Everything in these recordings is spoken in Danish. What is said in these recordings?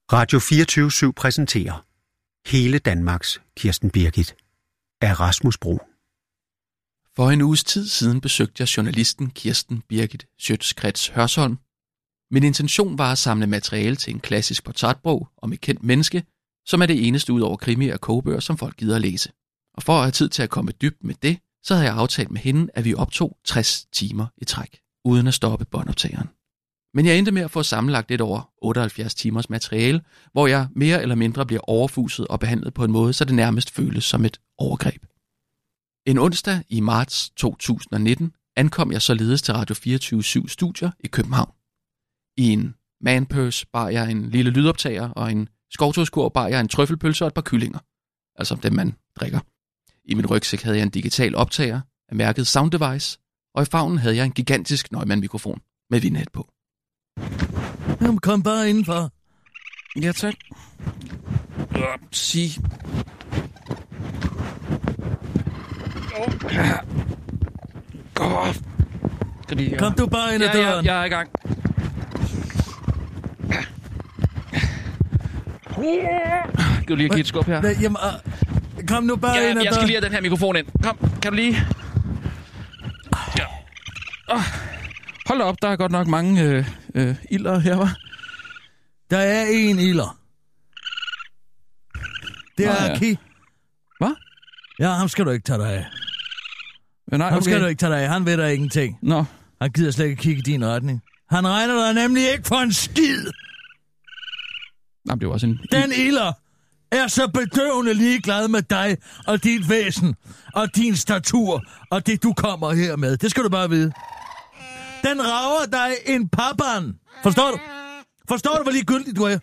Radio 24/7 præsenterer Hele Danmarks Kirsten Birgit af Rasmus Bro. For en uges tid siden besøgte jeg journalisten Kirsten Birgit Schiøtz-Kretz Hørsholm. Min intention var at samle materiale til en klassisk portrætbog om et kendt menneske, som er det eneste ud over krimier og kogebøger, som folk gider at læse. Og for at have tid til at komme dybt med det, så havde jeg aftalt med hende, at vi optog 60 timer i træk, uden at stoppe båndoptageren. Men jeg endte med at få sammenlagt lidt over 78 timers materiale, hvor jeg mere eller mindre bliver overfuset og behandlet på en måde, så det nærmest føles som et overgreb. En onsdag i marts 2019 ankom jeg således til Radio 24/7 studier i København. I en manpurse bar jeg en lille lydoptager, og en skovtogskur bar jeg en trøffelpølse og et par kyllinger. Altså dem, man drikker. I min rygsæk havde jeg en digital optager af mærket Sound Device, og i favnen havde jeg en gigantisk Neumann-mikrofon med vindnet på. Jamen, kom bare indenfor. Ja, tak. Sig. Kom du bare ind ad døren. Jeg er i gang. Kan du lige give et skub her? Jamen, kom nu bare ind ad døren. Jeg skal lige have den her mikrofon ind. Kom, kan du lige? Ja. Hold da op, der er godt nok mange ilder her, hva'? Der er en ilder. Det er Aki. Hvad? Ja, ham skal du ikke tage dig af. Nej, ham skal du ikke tage dig af. Han ved der ingenting. Nå. Han gider slet ikke kigge i din retning. Han regner dig nemlig ikke for en skid. Jamen, det var også en... Den ilder er så bedøvende ligeglad med dig og dit væsen og din statur og det, du kommer her med. Det skal du bare vide. Den rager dig en pappan. Forstår du? Forstår du, hvor ligegyldigt du er?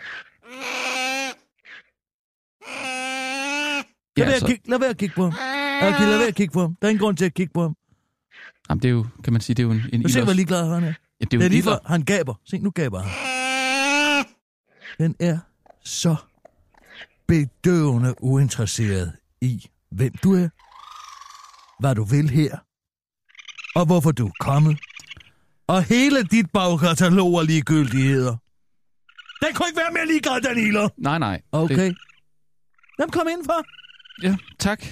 Lad være at kigge på ham. Okay, lad være at kigge på ham. Der er ingen grund til at kigge på ham. Jamen, det er jo, kan man sige, det er jo en ilder. Du ser, hvor ligeglad han er. Ja, det er lige for, han gaber. Se, nu gaber han. Den er så bedøvende uinteresseret i, hvem du er, hvad du vil her, og hvorfor du er kommet. Og hele dit bagkatalog af ligegyldigheder. Den kunne ikke være mere ligeglad, den ilder. Nej. Okay. Jamen, kom indenfor. Ja, tak.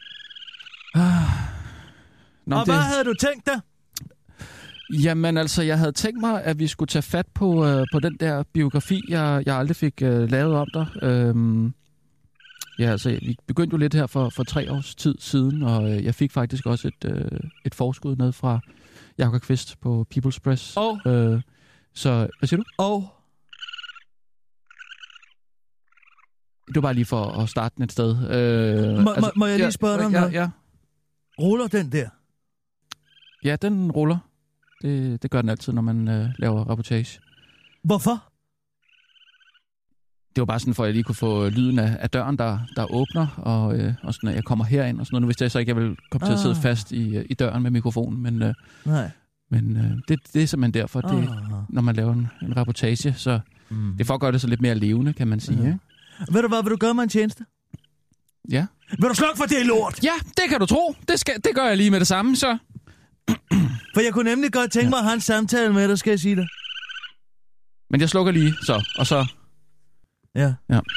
Og hvad havde du tænkt dig? Jamen altså, jeg havde tænkt mig, at vi skulle tage fat på den der biografi, jeg aldrig fik lavet om dig. Ja, altså, vi begyndte jo lidt her for 3 års tid siden, og jeg fik faktisk også et forskud ned fra Jakob Kvist på People's Press. Så, hvad siger du? Det var bare lige for at starte den et sted. Må jeg lige spørge dig om noget? Ja. Ruller den der? Ja, den ruller. Det gør den altid, når man laver reportage. Hvorfor? Det var bare sådan, for at jeg lige kunne få lyden af døren, der åbner, og sådan, at jeg kommer herind og sådan noget. Nu vidste jeg så ikke, at jeg ville komme til at sidde fast i døren med mikrofonen, men, det er simpelthen derfor, når man laver en reportage, så det får gøre det så lidt mere levende, kan man sige. Ja. Ikke? Ved du hvad, vil du gøre mig en tjeneste? Ja. Vil du slukke for det lort? Ja, det kan du tro. Det gør jeg lige med det samme, så. For jeg kunne nemlig godt tænke mig at have en samtale med dig, skal jeg sige det. Men jeg slukker lige, og så... Ja.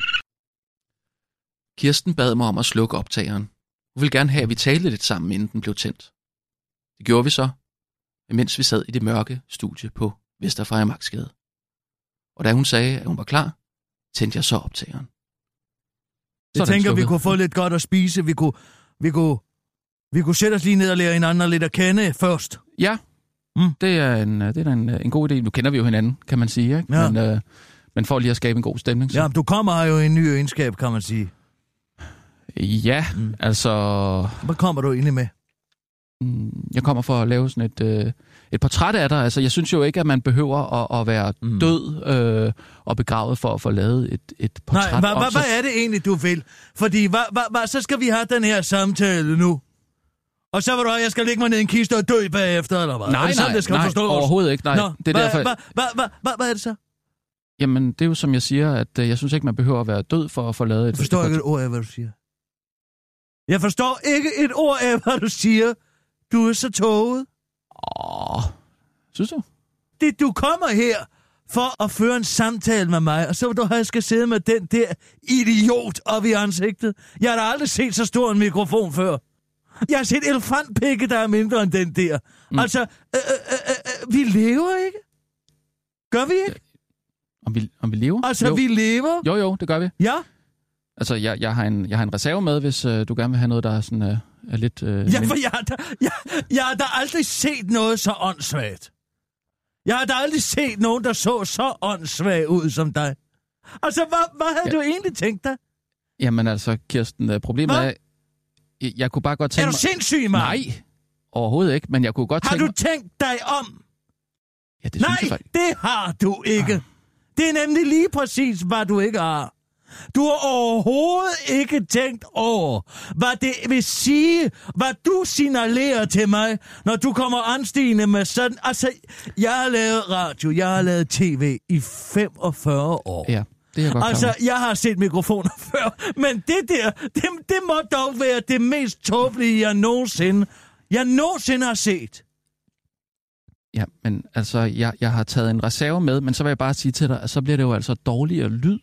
Kirsten bad mig om at slukke optageren. Hun ville gerne have, at vi talte lidt sammen, inden den blev tændt. Det gjorde vi så, mens vi sad i det mørke studie på Vesterfejmarksgade. Og da hun sagde, at hun var klar, tændte jeg så optageren. Jeg tænker, vi kunne få lidt godt at spise. Vi kunne sætte os lige ned og lære hinanden lidt at kende først. Ja, det er en god idé. Nu kender vi jo hinanden, kan man sige, ikke? Ja. Men for lige at skabe en god stemning. Så. Ja, du kommer her jo i en ny egenskab, kan man sige. Ja, altså... Hvad kommer du egentlig med? Jeg kommer for at lave sådan et portræt af dig. Altså, jeg synes jo ikke, at man behøver at være død og begravet for at få lavet et portræt. Nej, hvad er det egentlig, du vil? Fordi så skal vi have den her samtale nu. Og så var du, jeg skal lægge mig ned i en kiste og dø bagefter, eller hvad? Nej, overhovedet ikke. Nej. Nå, det er derfor... Hvad er det så? Jamen, det er jo som jeg siger, at jeg synes ikke, man behøver at være død for at få lavet et... Jeg forstår ikke et ord af, hvad du siger. Jeg forstår ikke et ord af, hvad du siger. Du er så tåget. Synes du? Du kommer her for at føre en samtale med mig, og så vil du have, at jeg skal sidde med den der idiot op i ansigtet. Jeg har da aldrig set så stor en mikrofon før. Jeg har set elefantpikke, der er mindre end den der. Altså, vi lever ikke? Gør vi ikke? Om vi lever? Altså, jo. Vi lever? Jo, det gør vi. Ja? Altså, jeg har en reserve med, hvis du gerne vil have noget, der er sådan er lidt... Ja, for jeg har da aldrig set noget så åndssvagt. Jeg har da aldrig set nogen, der så åndssvag ud som dig. Altså, hvad havde du egentlig tænkt dig? Jamen altså, Kirsten, problemet er... Jeg kunne bare godt tænke mig... Er du sindssyg, mand? Nej, overhovedet ikke, men jeg kunne godt tænke mig... Har du tænkt dig om? Ja, det synes jeg faktisk. Det har du ikke. Det er nemlig lige præcis, hvad du ikke har. Du har overhovedet ikke tænkt over, hvad det vil sige, hvad du signalerer til mig, når du kommer anstigende med sådan... Altså, jeg har lavet radio, jeg har lavet tv i 45 år. Ja, det er godt altså, jeg har set mikrofoner før, men det må dog være det mest tåbelige, jeg nogensinde har set. Ja, men altså, jeg har taget en reserve med, men så vil jeg bare sige til dig, at så bliver det jo altså dårligere lyd.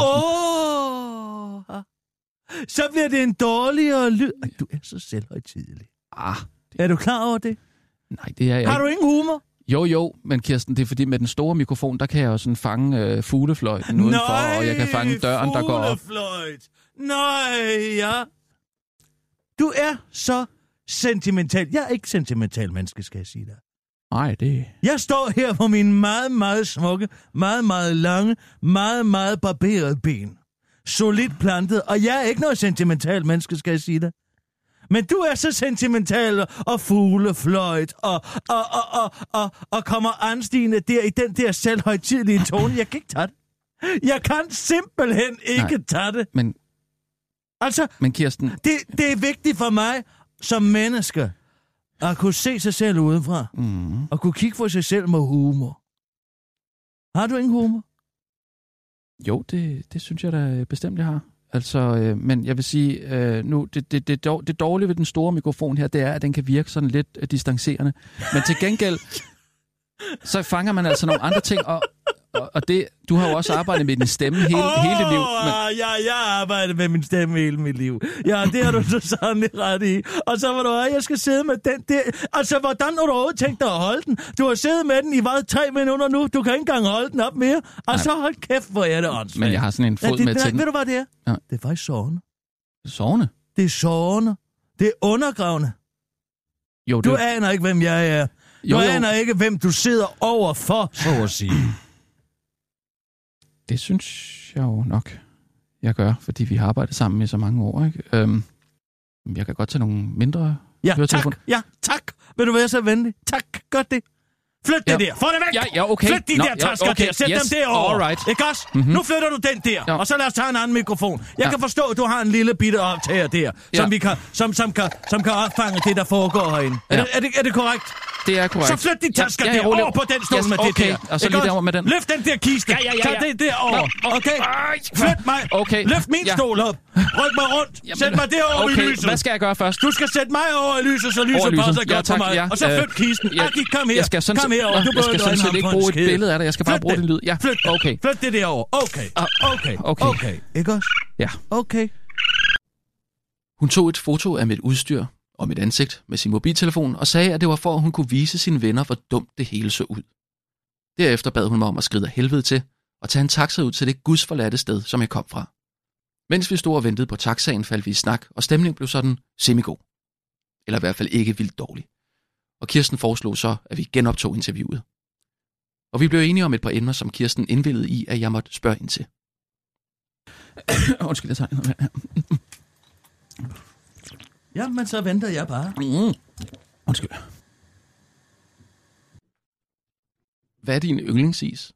Så bliver det en dårligere lyd. Du er så selvhøjtidelig. Er du klar over det? Nej, det er jeg Har du ingen humor? Jo, men Kirsten, det er fordi med den store mikrofon, der kan jeg jo sådan fange fuglefløjten udenfor, og jeg kan fange døren, der går op. Nej, ja. Du er så sentimental. Jeg er ikke sentimental menneske, skal jeg sige dig. Nej, det... Jeg står her på min meget, meget smukke, meget, meget lange, meget, meget barberede ben. Solidt plantet, og jeg er ikke noget sentimental menneske, skal jeg sige dig. Men du er så sentimental og fuglefløjt og kommer anstigende der i den der selvhøjtidelige tone. Jeg kan ikke tage det. Jeg kan simpelthen ikke tage det. Men Kirsten... Det er vigtigt for mig som menneske at kunne se sig selv udenfra. Og kunne kigge for sig selv med humor. Har du ingen humor? Jo, det synes jeg da bestemt, jeg har. Altså, men jeg vil sige, nu, det dårlige ved den store mikrofon her, det er, at den kan virke sådan lidt distancerende. Men til gengæld, så fanger man altså nogle andre ting, og det, du har jo også arbejdet med din stemme hele dit liv. Men... Jeg har arbejdet med min stemme hele mit liv. Ja, det har du så sandelig ret i. Og så var du jeg skal sidde med den der... Altså, hvordan har du overhovedet tænkt dig at holde den? Du har siddet med den i 3 minutter nu. Du kan ikke engang holde den op mere. Og så hold kæft, hvor er det åndssvagt. Men jeg har sådan en fod med til den. Ved du, hvad det er? Ja. Det er faktisk sårende. Sårende? Det er sårende. Det er undergravende. Jo, du aner ikke, hvem jeg er. Du aner ikke, hvem du sidder overfor, så at sige. Det synes jeg jo nok, jeg gør, fordi vi har arbejdet sammen i så mange år, ikke? Jeg kan godt tage nogle mindre høretelefoner. Tak. Vil du være så venlig? Tak, godt det. Flyt det der. Få det væk. Ja, okay. Flyt de der tasker der. Sæt dem derover. All right. Ikke også? Nu flytter du den der, og så lad os tage en anden mikrofon. Jeg kan forstå, at du har en lille bitte optager der, som kan opfange det, der foregår herinde. Er det korrekt? Det er korrekt. Så flyt de tasker der over på den stol med det der. Og så lige derovre med den. Løft den der kiste. Tag det derover. Okay? Flyt mig. Okay. Løft min stol op. Ryk mig rundt. Sæt mig derover i lyset. Hvad skal jeg gøre først? Du skal sætte mig over i lyset, så lyset passer godt på mig. Og så flyt kisten. Kom her. Kom herover. Jeg skal sådan set ikke bruge et billede af dig. Jeg skal bare bruge din lyd. Ja. Flyt det derover. Okay. Ikke også? Ja. Okay. Hun tog et foto af mit udstyr og mit ansigt med sin mobiltelefon og sagde, at det var for, at hun kunne vise sine venner, hvor dumt det hele så ud. Derefter bad hun mig om at skride af helvede til og tage en taxa ud til det gudsforladte sted, som jeg kom fra. Mens vi stod og ventede på taxaen, faldt vi i snak, og stemningen blev sådan semi-god. Eller i hvert fald ikke vildt dårlig. Og Kirsten foreslog så, at vi genoptog interviewet. Og vi blev enige om et par emner, som Kirsten indvillede i, at jeg måtte spørge ind til. Undskyld, jeg tager noget her. Ja, men så venter jeg bare. Undskyld. Hvad er din yndlingsis?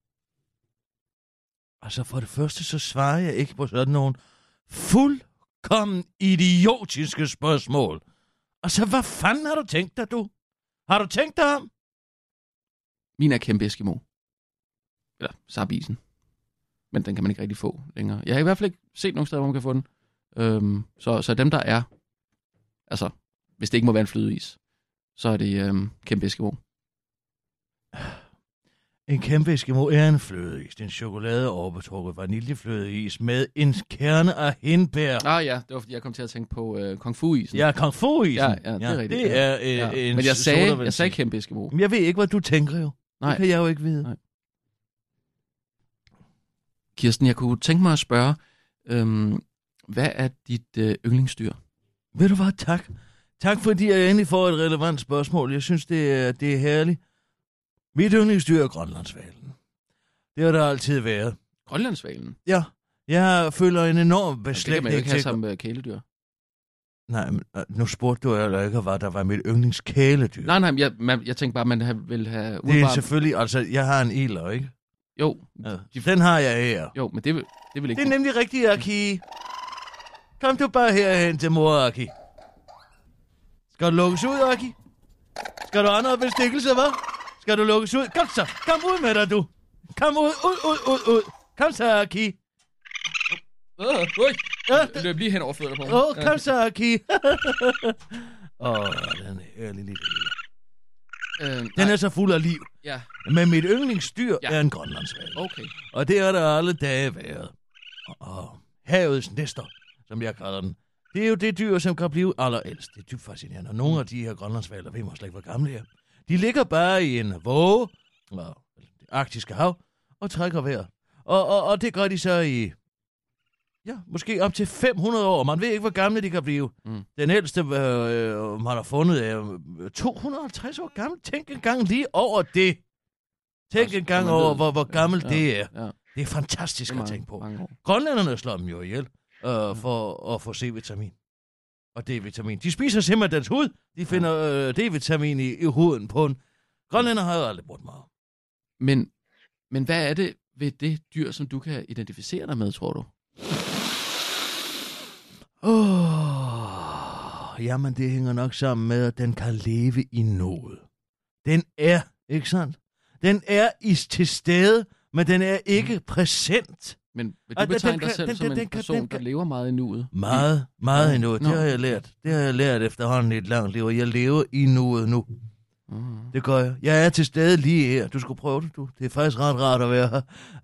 Altså for det første, så svarer jeg ikke på sådan nogle fuldkommen idiotiske spørgsmål. Altså, hvad fanden har du tænkt dig, du? Har du tænkt dig om? Min er kæmpe Eskimo. Eller Sabisen. Men den kan man ikke rigtig få længere. Jeg har i hvert fald ikke set nogen steder, hvor man kan få den. Så dem, der er... Altså, hvis det ikke må være en flydeis, så er det kæmpe Eskimo. En kæmpe Eskimo er en flødeis. Det er en chokolade overbetrukket vaniljeflødeis med en kerne af hindbær. Ja, det var fordi, jeg kom til at tænke på Kung Fu-isen. Ja, Kung Fu-isen. Ja, det er rigtigt. Det er en men jeg sagde kæmpe Eskimo. Men jeg ved ikke, hvad du tænker jo. Nej. Det kan jeg jo ikke vide. Nej. Kirsten, jeg kunne tænke mig at spørge, hvad er dit yndlingsdyr? Ved du hvad, tak. Tak fordi jeg endelig får et relevant spørgsmål. Jeg synes, det er herligt. Mit yndlingsdyr er grønlandshvalen. Det har der altid været. Grønlandshvalen? Ja, jeg føler en enorm beslægtning. Det kan man jo ikke have som kæledyr. Nej, men nu spurgte du jo ikke, hvad der var mit yndlingskæledyr. Nej, jeg tænkte bare, at man vil have... Det er selvfølgelig, altså, jeg har en iler, ikke? Jo. Ja, den har jeg her. Jo, men det vil ikke... Det er nemlig rigtigt, Aki. Kom du bare herhen til mor, Aki. Skal du lukkes ud, Aki? Skal du have noget bestikkelse, hvad? Skal du lukkes ud? Kom så, kom ud med dig, du. Kom ud. Kom så, Aki. Det løb lige hen over fødderne på mig. Kom så, Aki. Den er ærlig lille. Den er så fuld af liv. Ja. Men mit yndlingsdyr er en grønlandshval. Okay. Og det er der alle dage været. Og havets næster, som jeg kalder den. Det er jo det dyr, som kan blive allerældst. Det er dybt fascinerende. Og nogle af de her grønlandshvaler ved mig slet ikke, hvor gamle er. De ligger bare i en våge, det arktiske hav, og trækker vejret. Og det gør de så i, måske op til 500 år. Man ved ikke, hvor gamle de kan blive. Den ældste, man har fundet, er 250 år gammel. Tænk engang lige over det. Tænk engang over, hvor gammelt det er. Ja. Det er fantastisk at tænke på. Grønlænderne slår dem jo ihjel for at få C-vitamin. Og D-vitamin. De spiser simpelthen dens hud. De finder D-vitamin i huden på den. Grønlænder har jo aldrig brugt meget. Men hvad er det ved det dyr, som du kan identificere dig med, tror du? Jamen, det hænger nok sammen med, at den kan leve i noget. Den er, ikke sandt? Den er til stede, men den er ikke præsent. Men vil du betegne dig selv som en person, der lever meget i nuet? Meget i nuet. Det har jeg lært. Det har jeg lært efterhånden i et langt liv, og jeg lever i nuet nu. Det gør jeg. Jeg er til stede lige her. Du skulle prøve det, du. Det er faktisk ret rart at være her.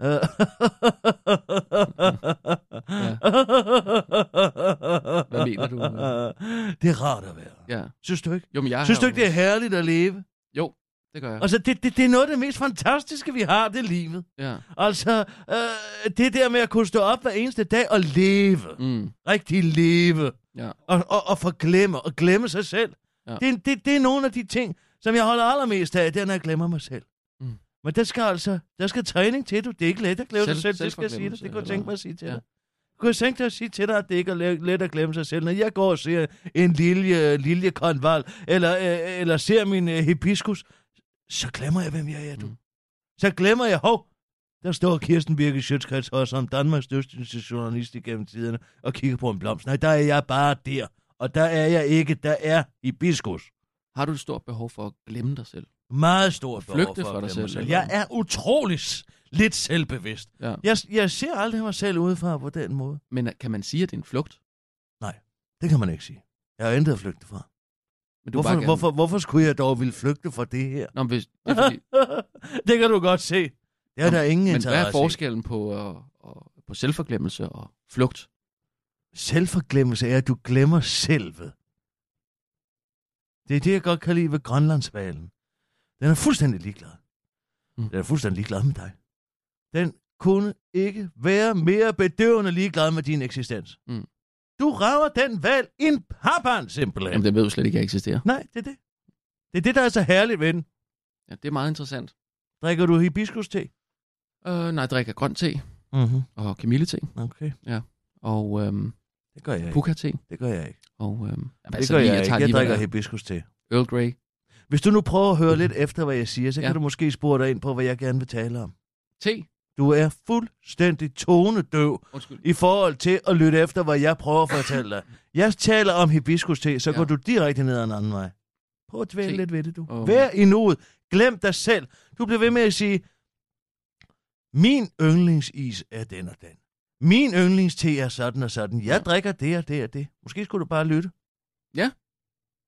Hvad mener du? Det er rart at være. Ja. Synes du ikke? Jo, men synes du ikke, det er herligt at leve? Jo, det gør jeg. Altså, det er noget af det mest fantastiske, vi har, det er livet. Ja. Altså, det der med at kunne stå op hver eneste dag og leve. Rigtig leve. Ja. Og forglemme, og glemme sig selv. Ja. Det er nogle af de ting, som jeg holder allermest af, det er, når jeg glemmer mig selv. Men der skal træning til, du. Det er ikke let at glemme sig selv, det skal jeg sige dig. Det kunne jeg tænke mig at sige til dig. Kunne jeg tænke dig at sige til dig, at det ikke er let at glemme sig selv. Når jeg går og ser en liljekonval, eller ser min hibiskus, så glemmer jeg, hvem jeg er, du. Så glemmer jeg, der står Kirsten Birgit Schiøtz-Kretz også som Danmarks dygtigste journalist igennem tiderne og kigger på en blomst. Nej, der er jeg bare der. Og der er jeg ikke, der er hibiskus. Har du et stort behov for at glemme dig selv? Meget stort behov for at glemme dig selv. Jeg er utrolig lidt selvbevidst. Ja. Jeg ser aldrig mig selv udefra på den måde. Men kan man sige, at det er en flugt? Nej, det kan man ikke sige. Jeg har intet at flygte fra. Men hvorfor skulle jeg dog ville flygte fra det her? Nå, det er fordi... det kan du godt se. Det er der ingen interesse. Men hvad er forskellen på selvforglemmelse og flugt? Selvforglemmelse er, at du glemmer selvet. Det er det, jeg godt kan lide ved grønlandshvalen. Den er fuldstændig ligeglad. Den er fuldstændig ligeglad med dig. Den kunne ikke være mere bedøvende ligeglad med din eksistens. Du rager den hval en papan, simpelthen. Jamen, den ved jo slet ikke, at jeg eksisterer. Nej, det er det. Det er det, der er så herligt ved den. Ja, det er meget interessant. Drikker du hibiskus-te? Nej, jeg drikker grøn te. Og kamillete. Okay. Ja. Og det gør jeg ikke. Puka-te. Det gør jeg ikke. Og det gør jeg ikke. Jeg drikker hibiskus-te. Earl Grey. Hvis du nu prøver at høre lidt efter, hvad jeg siger, så kan du måske spore dig ind på, hvad jeg gerne vil tale om. Te? Du er fuldstændig tonedøv i forhold til at lytte efter, hvad jeg prøver at fortælle dig. Jeg taler om hibiskus-te, så går du direkte ned ad en anden vej. Prøv at dvæle lidt ved det, du. Vær i nuet. Glem dig selv. Du bliver ved med at sige, min yndlingsis er den og den. Min yndlingste er sådan og sådan. Jeg drikker det og det og det. Måske skulle du bare lytte. Ja.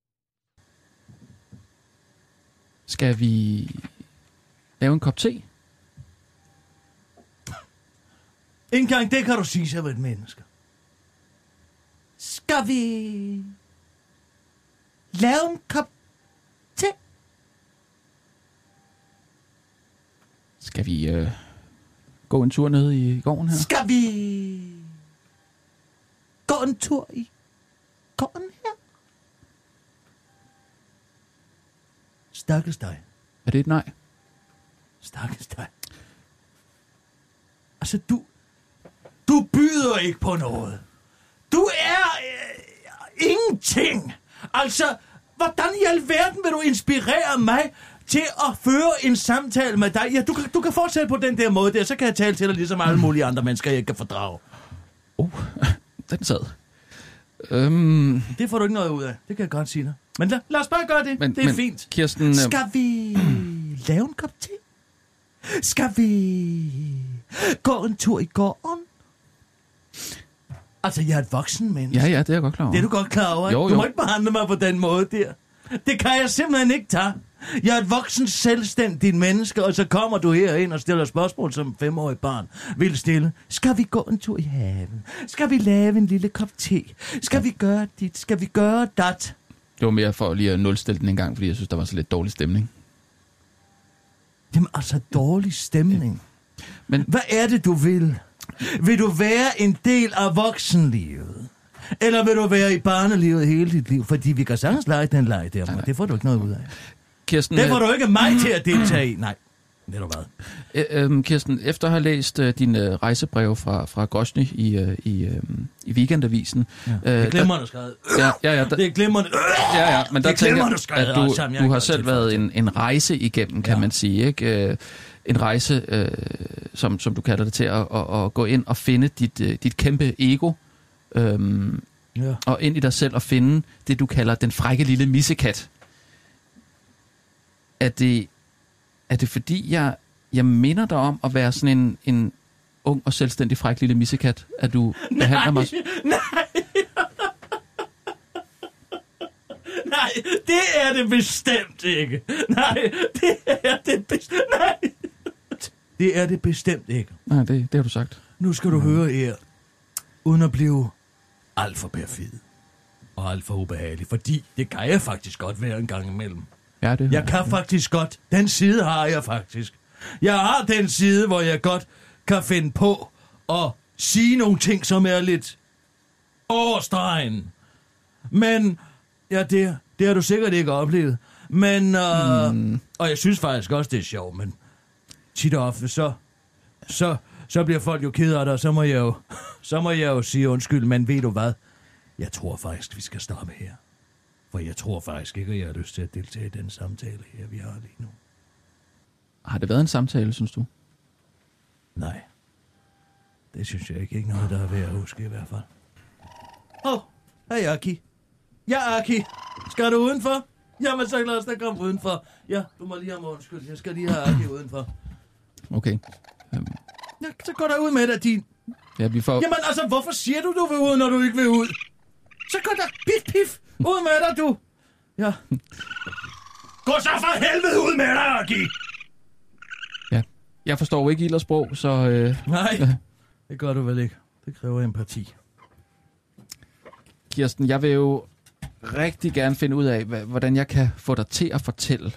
Skal vi lave en kop te? Ikke engang det kan du sige sig ved et menneske. Skal vi lave en kop te? Skal vi gå en tur ned i gården her? Skal vi gå en tur i gården her? Stakkels dig. Er det et nej? Stakkels dig. Altså, du byder ikke på noget. Du er ingenting. Altså, hvordan i alverden vil du inspirere mig til at føre en samtale med dig? Ja, du kan fortsætte på den der måde der, så kan jeg tale til dig ligesom alle mulige andre mennesker, jeg kan fordrage. Den sad. Det får du ikke noget ud af, det kan jeg godt sige dig. Men lad os bare gøre det, det er fint. Kirsten... Skal vi lave en kop te? Skal vi gå en tur i gården? Altså, jeg er et voksen menneske. Ja, det er jeg godt klar over. Det er du godt klar over, ikke? Jo. Du må ikke behandle mig på den måde der. Det kan jeg simpelthen ikke tage. Jeg er et voksen, selvstændigt menneske, og så kommer du herind og stiller spørgsmål, som 5-årig barn vil stille. Skal vi gå en tur i haven? Skal vi lave en lille kop te? Skal vi gøre dit? Skal vi gøre dat? Det var mere for lige at nulstille den en gang, fordi jeg synes, der var så lidt dårlig stemning. Jamen altså, dårlig stemning. Men hvad er det, du vil? Vil du være en del af voksenlivet? Eller vil du være i barnelivet hele dit liv? Fordi vi kan sagtens lege den leg der, men det får du ikke noget ud af. Kirsten, det får du ikke mig til at deltage i. Nej, det er du hvad. Kirsten, efter at have læst dine rejsebreve fra Grosny i Weekendavisen... Ja, det glemmer du skrevet. Ja, det er glemrende. Ja, men der tænker jeg, at du har selv været en rejse igennem, kan man sige, ikke? En rejse, som du kalder det, til at gå ind og finde dit kæmpe ego, og ind i dig selv og finde det, du kalder den frække lille missekat. Er det fordi, jeg minder dig om at være sådan en ung og selvstændig fræk lille missekat, at du behandler mig... Nej, det er det bestemt ikke. Nej, det er det bestemt... Nej. Det er det bestemt ikke. Nej, det har du sagt. Nu skal du høre her, uden at blive alt for perfid og alt for ubehagelig, fordi det kan jeg faktisk godt være en gang imellem. Ja, det jeg kan faktisk godt. Den side har jeg faktisk. Jeg har den side, hvor jeg godt kan finde på at sige nogle ting, som er lidt overstregen. Men, ja, det har du sikkert ikke oplevet. Men, og jeg synes faktisk også, det er sjovt, men tit og ofte, så bliver folk jo ked af det, og så må jeg jo sige undskyld, men ved du hvad? Jeg tror faktisk, vi skal stoppe her. For jeg tror faktisk ikke, at jeg har lyst til at deltage i den samtale her, vi har lige nu. Har det været en samtale, synes du? Nej. Det synes jeg ikke noget, der er ved at huske i hvert fald. Hej Aki. Ja, Aki. Skal du udenfor? Jamen, så lad os da komme udenfor. Ja, du må lige have mig undskyld. Jeg skal lige have Aki udenfor. Okay. Ja, så går der ud med dig, din... Ja, vi får... Jamen, altså, hvorfor siger du vil ud, når du ikke vil ud? Så går der pif. Ud med dig, du. Ja. Gå så for helvede ud med dig, Aki. Ja. Jeg forstår jo ikke ilders sprog, så... Nej, det gør du vel ikke. Det kræver empati. Kirsten, jeg vil jo rigtig gerne finde ud af, hvordan jeg kan få dig til at fortælle.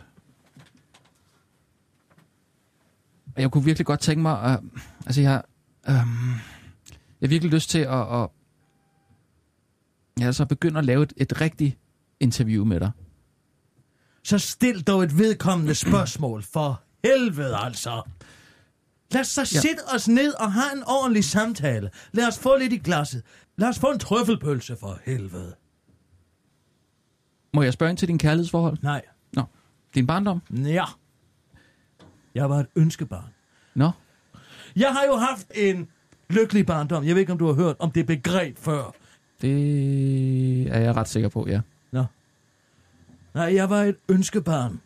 Jeg kunne virkelig godt tænke mig, jeg har virkelig lyst til at begynde at lave et rigtigt interview med dig. Så stil dog et vedkommende spørgsmål, for helvede altså. Lad os så sætte os ned og have en ordentlig samtale. Lad os få lidt i glasset. Lad os få en trøffelpølse, for helvede. Må jeg spørge ind til din kærlighedsforhold? Nej. Nå, din barndom? Ja. Jeg var et ønskebarn. Nå. Jeg har jo haft en lykkelig barndom. Jeg ved ikke, om du har hørt om det begreb før. Det er jeg ret sikker på, ja. Nå. Nej, jeg var et ønskebarn.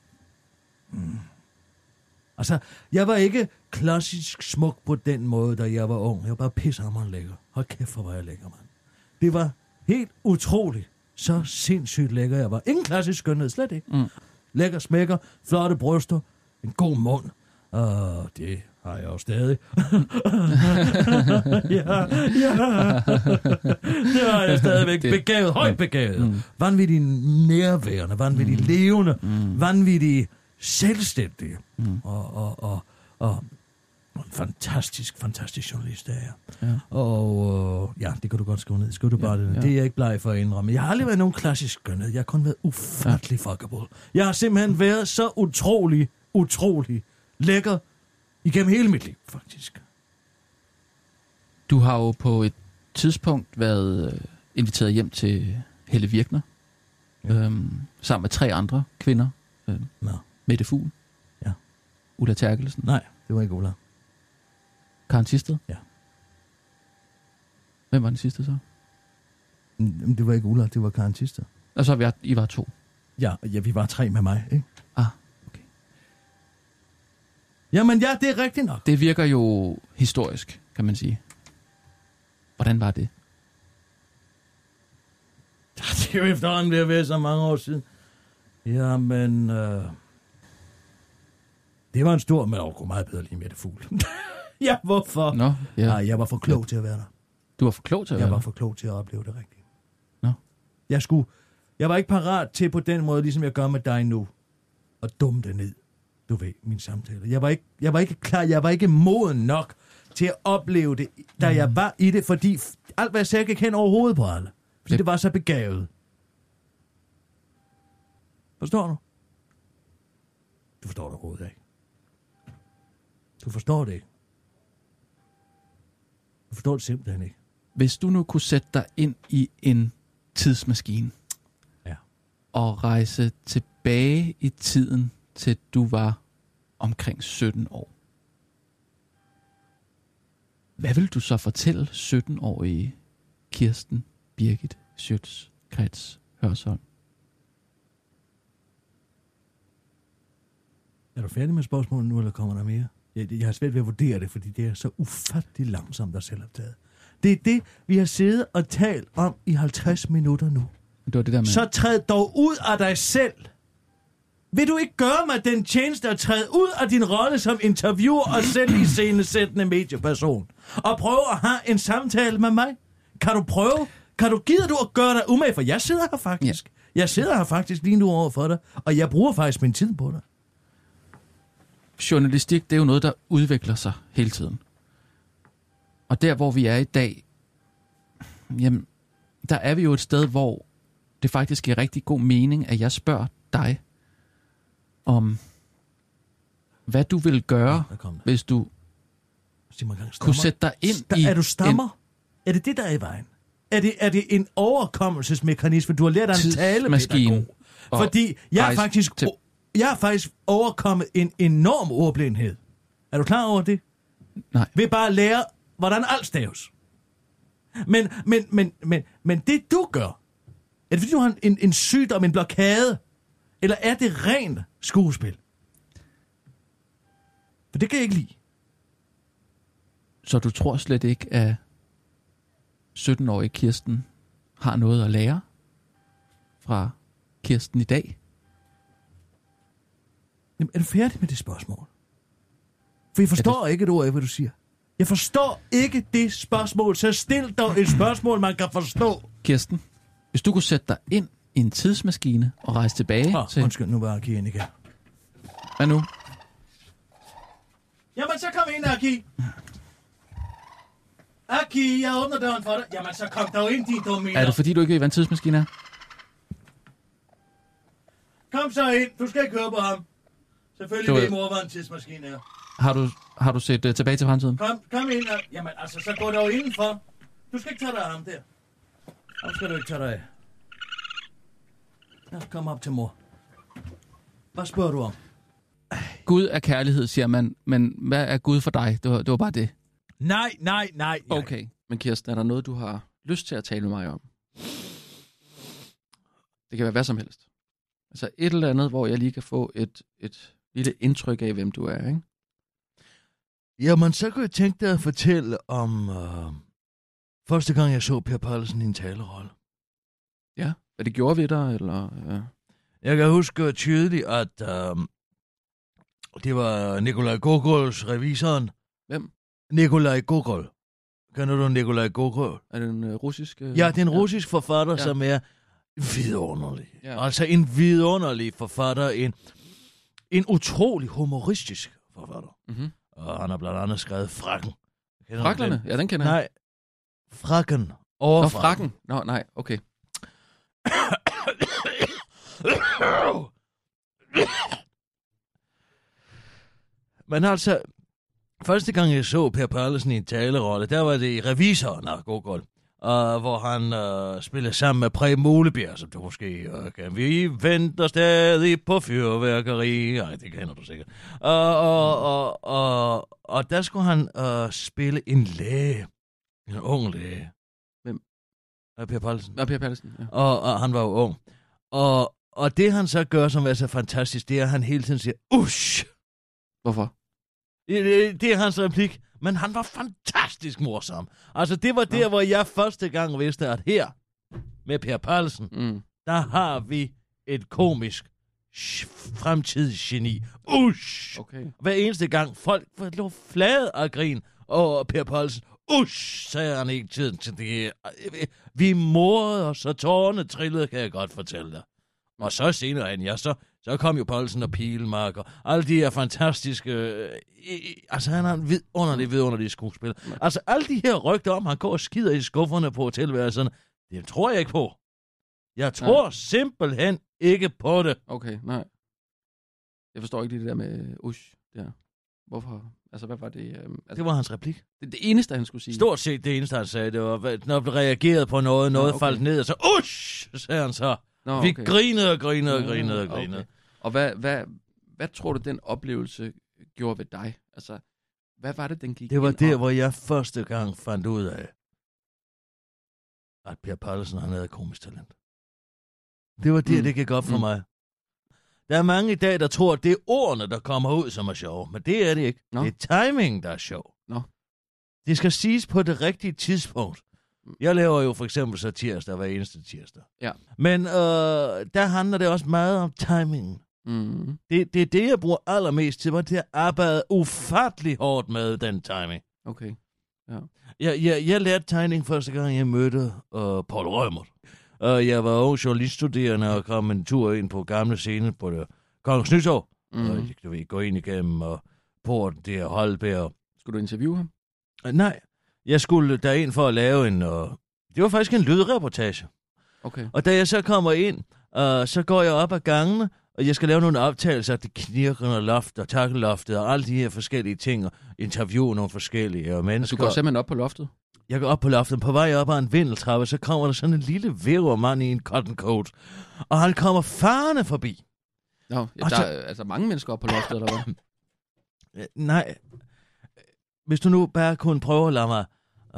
Altså, jeg var ikke klassisk smuk på den måde, da jeg var ung. Jeg var bare pissehammerende lækker. Hold kæft, hvor var jeg lækker, mand. Det var helt utroligt. Så sindssygt lækker jeg var. Ingen klassisk skønhed, slet ikke. Lækker smækker, flotte bryster, en god mund. Og det har jeg jo stadig. ja. Det har jeg stadigvæk. Begavet, højt begavet. Vanvittigt nærværende, vanvittigt levende, vanvittigt selvstændig. Og en fantastisk journalist er jeg. Ja. Og det kan du godt skrive ned. Skriv du bare det. Det er jeg ikke bleg for at indrømme. Jeg har aldrig været nogen klassisk skønhed. Jeg har kun været ufattelig fuckable. Jeg har simpelthen været så utrolig lækker igennem hele mit liv, faktisk. Du har jo på et tidspunkt været inviteret hjem til Helle Virkner, sammen med 3 andre kvinder. Mette Fugl. Ja. Ulla Terkelsen. Nej, det var ikke Ulla. Karen Thisted? Ja. Hvem var den sidste så? Det var ikke Ulla, det var Karen Thisted. Og så I var 2? Ja, vi var 3 med mig, ikke? Okay. Jamen ja, det er rigtigt nok. Det virker jo historisk, kan man sige. Hvordan var det? Det er jo efterhånden ved at være så mange år siden. Jamen, det var en stor, men kunne meget bedre lige Mette Fugl. Ja, hvorfor? Nå, ja. Nej, jeg var for klog til at være der. Du var for klog til at være der? Jeg var for klog til at opleve det rigtigt. Nå. Jeg var ikke parat til på den måde, ligesom jeg gør med dig nu, at dumme det ned. Du ved, min samtale. Jeg var ikke klar, jeg var ikke moden nok til at opleve det, da jeg var i det, fordi alt, hvad jeg sagde, gik hen over hovedet på alle. Fordi det var så begavet. Forstår du? Du forstår det overhovedet ikke. Du forstår det ikke. Du forstår det simpelthen ikke. Hvis du nu kunne sætte dig ind i en tidsmaskine og rejse tilbage i tiden til du var omkring 17 år, hvad vil du så fortælle 17-årige Kirsten Birgit Schiøtz Hørsholm? Er du færdig med spørgsmålet nu, eller kommer der mere? Jeg har svært ved at vurdere det, fordi det er så ufattelig langsomt og selvoptaget. Det er det, vi har siddet og talt om i 50 minutter nu. Det var det der med. Så træd dog ud af dig selv. Vil du ikke gøre mig den tjeneste at træde ud af din rolle som interviewer og selv iscenesættende medieperson? Og prøve at have en samtale med mig? Kan du prøve? Gider du at gøre dig umage? For jeg sidder her faktisk. Ja. Jeg sidder her faktisk lige nu over for dig, og jeg bruger faktisk min tid på dig. Journalistik, det er jo noget, der udvikler sig hele tiden. Og der, hvor vi er i dag, jamen, der er vi jo et sted, hvor det faktisk giver rigtig god mening, at jeg spørger dig om, hvad du vil gøre, hvis du kunne sætte dig ind i... Er du stammer? Er det det, der er i vejen? Er det en overkommelsesmekanisme? Du har lært af en talepædagog. Fordi jeg har faktisk overkommet en enorm ordblindhed. Er du klar over det? Nej. Ved bare at lære, hvordan alt staves. Men det du gør, er det fordi du har en sygdom, en blokade? Eller er det rent skuespil? For det kan jeg ikke lide. Så du tror slet ikke, at 17-årige Kirsten har noget at lære fra Kirsten i dag? Jamen, er du færdig med det spørgsmål? For jeg forstår ikke et ord af, hvad du siger. Jeg forstår ikke det spørgsmål, så stil dog et spørgsmål, man kan forstå. Kirsten, hvis du kunne sætte dig ind i en tidsmaskine og rejse tilbage til... Undskyld, nu var Aki ind igen. Hvad nu? Jamen, så kom ind, Aki. Aki, jeg åbner døren for dig. Jamen, så kom dog ind, din dumme. Er det fordi, du ikke ved, hvad en tidsmaskine er? Kom så ind. Du skal ikke høre på ham. Selvfølgelig ved mor, hvad en tidsmaskine er. Har du set tilbage til fremtiden? Kom ind. Jamen, altså, så gå dog indenfor. Du skal ikke tage dig af ham der. Ham skal du ikke tage dig af. Ja, kom op til mor. Hvad spørger du om? Gud er kærlighed, siger man. Men hvad er Gud for dig? Det var bare det. Nej. Okay. Men Kirsten, er der noget, du har lyst til at tale med mig om? Det kan være hvad som helst. Altså et eller andet, hvor jeg lige kan få et lille indtryk af, hvem du er, ikke? Jamen, så kunne jeg tænke dig at fortælle om første gang, jeg så Per Pallesen i en talerolle. Ja, hvad det gjorde ved dig, eller... Ja. Jeg kan huske tydeligt, at Det var Nikolaj Gogols, revisoren. Hvem? Nikolaj Gogol. Kender du Nikolaj Gogol? Er det en russisk... Ja, det er en russisk forfatter, som er vidunderlig. Ja. Altså en vidunderlig forfatter. En utrolig humoristisk forfatter. Mm-hmm. Og han har blandt andet skrevet Frakken. Fraklerne? Ja, den kender jeg. Nej, Frakken. Nå, Frakken. Nå, nej, okay. Men altså, første gang jeg så Per Pallesen i en talerolle, der var det i Revisoren af Gogol, hvor han spillede sammen med Preben Mulebjerg, som du måske kan. Vi venter stadig på fyrværkeri. Ej, det kender du sikkert. Og der skulle han spille en læge. En ung læge. Hvem? Per Pallesen. Nå, Per Pallesen, ja. Og han var jo ung. Og det han så gør, som er så fantastisk, det er, at han hele tiden siger, usch! Hvorfor? Det er hans replik. Men han var fantastisk morsom. Altså, det var der, hvor jeg første gang vidste, at her, med Per Pallesen, der har vi et komisk fremtidsgeni. Usch! Okay. Hver eneste gang folk lå flade af grin over Per Pallesen. Usch, sagde han ikke tiden til det her. Vi morede os, så tårerne trillede, kan jeg godt fortælle dig. Og så senere hen, ja, så kom jo Poulsen og Pilmark og alle de her fantastiske... altså, han har en vidunderlig skuespil. Altså, alle de her rygter om, han går og skider i skufferne på hotelværelserne, det tror jeg ikke på. Jeg tror simpelthen ikke på det. Okay, nej. Jeg forstår ikke det der med der. Hvorfor? Altså, hvad var det? Altså, det var hans replik. Det eneste, han skulle sige. Stort set det eneste, han sagde, det var, når der reagerede på noget faldt ned, og så sagde han så. Nå, vi grinede. Okay. Og hvad tror du, den oplevelse gjorde ved dig? Altså, hvad var det, den gik Det var der, hvor jeg første gang fandt ud af, at Per Pallesen, han havde komisk talent. Det var der, det gik op for mig. Der er mange i dag, der tror, at det er ordene, der kommer ud, som er sjove. Men det er det ikke. Det er timingen, der er sjov. Det skal siges på det rigtige tidspunkt. Jeg laver jo for eksempel så tirsdag hver eneste tirsdag. Ja. Men der handler det også meget om timingen. Mm. Det er det, jeg bruger allermest til, at jeg arbejder ufattelig hårdt med den timing. Okay, ja. Jeg lærte tegning første gang, jeg mødte Paul Reumert. Jeg var ung journaliststuderende og kom en tur ind på gamle scene på det Kongens Nytorv. Og jeg gå ind igennem porten der Holberg. Skulle du interviewe ham? Nej. Jeg skulle derind for at lave det var faktisk en lydreportage. Okay. Og da jeg så kommer ind, så går jeg op ad gangene, og jeg skal lave nogle optagelser af det knirkende loft og takkeloftet og alle de her forskellige ting, og interviewe nogle forskellige mennesker. Du går simpelthen op på loftet? Jeg går op på loftet, på vej op ad en vindeltrappe, så kommer der sådan en lille vævermand i en cotton coat, og han kommer farende forbi. Nå, der er altså mange mennesker op på loftet, eller hvad? Nej. Hvis du nu bare kunne prøve at lade mig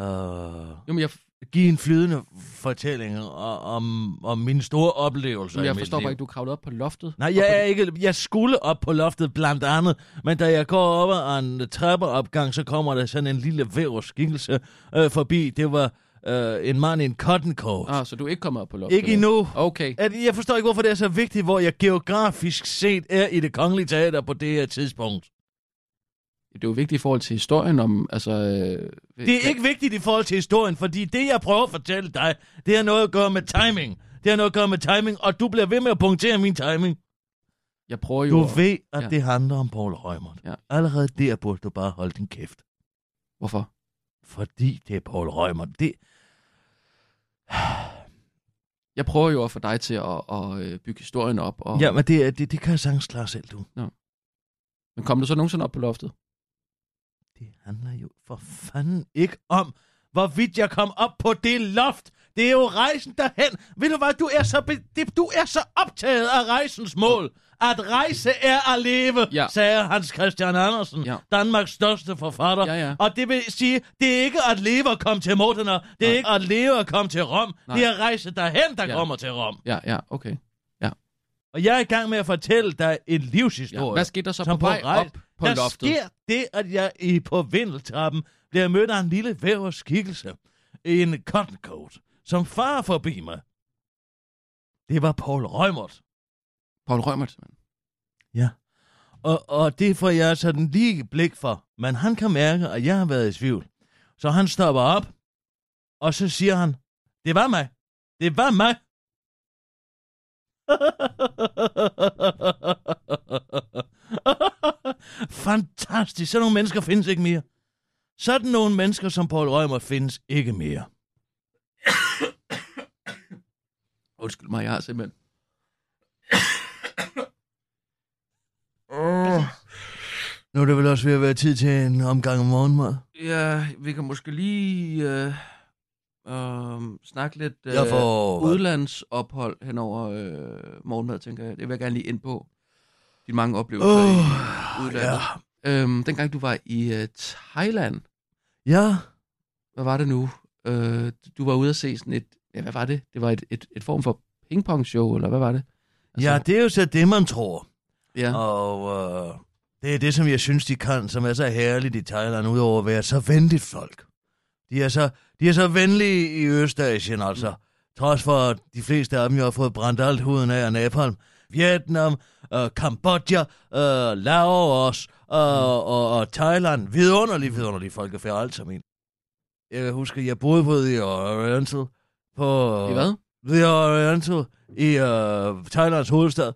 give en flydende fortælling om mine store oplevelser. Jeg forstår bare ikke, du kravlede op på loftet. Nej, jeg skulle op på loftet blandt andet, men da jeg går op ad en trappeopgang, så kommer der sådan en lille væverskikkelse forbi. Det var en mand i en cotton coat. Så du er ikke kommet op på loftet? Ikke endnu. Okay. Jeg forstår ikke, hvorfor det er så vigtigt, hvor jeg geografisk set er i Det Kongelige Teater på det her tidspunkt. Det er jo vigtigt i forhold til historien om, altså... Det er ikke vigtigt i forhold til historien, fordi det, jeg prøver at fortælle dig, det har noget at gøre med timing. Det har noget at gøre med timing, og du bliver ved med at punktere min timing. Jeg prøver jo... Du ved, at det handler om Paul Reumert. Ja. Allerede der burde du bare holde din kæft. Hvorfor? Fordi det er Paul Reumert. Jeg prøver jo at få dig til at bygge historien op. Og... Ja, men det kan jeg sagtens klare selv, du. Ja. Men kom du så nogensinde op på loftet? Det handler jo for fanden ikke om, hvorvidt jeg kom op på det loft. Det er jo rejsen derhen. Ved du hvad, du er så optaget af rejsens mål. At rejse er at leve, sagde Hans Christian Andersen, Danmarks største forfatter. Ja. Og det vil sige, det er ikke at leve og komme til Modena. Det er ikke at leve og komme til Rom. Det er at rejse derhen, der kommer til Rom. Ja, okay. Og jeg er i gang med at fortælle dig en livshistorie. Ja, hvad skete der så på vej op på loftet? Der sker det, at jeg på vindeltrappen bliver mødt af en lille væverskikkelse i en cotton coat, som farer forbi mig. Det var Paul Reumert. Paul Reumert? Ja. Og det får jeg sådan lige blik for. Men han kan mærke, at jeg har været i tvivl. Så han stopper op, og så siger han, det var mig. Det var mig. Fantastisk. Sådan nogle mennesker findes ikke mere. Sådan nogle mennesker som Poul Reumert findes ikke mere. Undskyld mig, jeg har simpelthen... Nu er det vel også ved at være tid til en omgang om morgenmad. Ja, vi kan måske lige snakke lidt får... udlandsophold hen over morgenmad, tænker jeg. Det vil jeg gerne lige ind på. Dine mange oplevelser i udlandet. Ja. Dengang du var i Thailand. Ja. Hvad var det nu? Du var ude at se sådan et... Ja, hvad var det? Det var et form for pingpong-show, eller hvad var det? Altså... Ja, det er jo så det, man tror. Ja. Og det er det, som jeg synes, de kan, som er så herligt i Thailand, udover at være så venligt folk. De er så venlige i Østasien, altså. Trods for, at de fleste af dem jo har fået brændt alt huden af Nepal. Vietnam, Kambodja, Laos og Thailand. Vidunderlige folkefærd, alt sammen. Jeg kan huske, jeg boede på The Oriental. I hvad? The Oriental i Thailands hovedstad.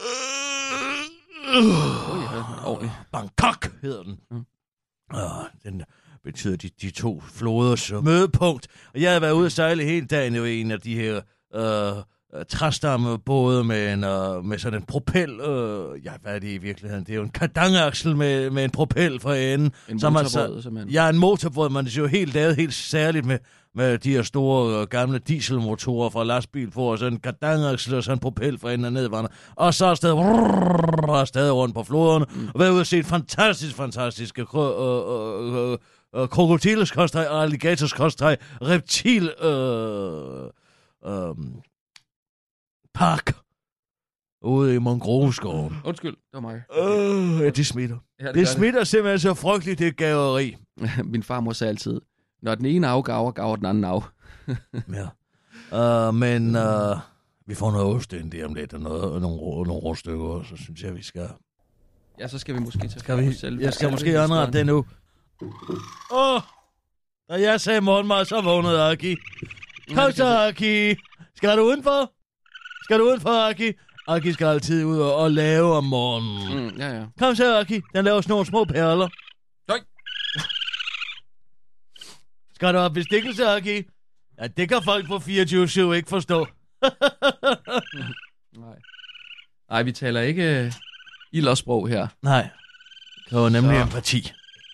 Bangkok hedder den. Den betyder de to floders mødepunkt. Og jeg havde været ude at sejle hele dagen i en af de her træstammebåde med sådan en propel. Hvad er det i virkeligheden? Det er jo en kardangaksel med en propel for enden. En motorbåd, simpelthen. Ja, en motorbåd. Man er jo helt lavet helt særligt med de her store gamle dieselmotorer fra lastbil på, og sådan en kardangaksel og sådan en propel for enden og nedvandrer. Og så afsted rundt på floderne. Og været ude at se et fantastisk krokodilleskostrej, alligatorskostrej, reptil park ude i Mongroveskoven. Undskyld, det var mig. Ja, det smitter. Ja, det smitter simpelthen så frygteligt, det gaveri. Min farmor sagde altid, når den ene afgaver, gaver den anden af. Ja. Men vi får noget ost ind det om lidt, og nogle råstykker, så synes jeg, vi skal... Ja, så skal vi måske tage skal vi? Jeg skal måske anrette det nu. Da jeg sagde morgenmad, så vågnede Aki. Kom så, Aki. Skal du udenfor, Aki? Aki skal altid ud og lave om morgenen. Ja. Kom så, Aki. Den laver sådan nogle små perler. Nej. Skal du have bestikkelse, Aki? Ja, det kan folk på 24/7 ikke forstå. Nej, vi taler ikke ildersprog her. Nej. Det var nemlig empati.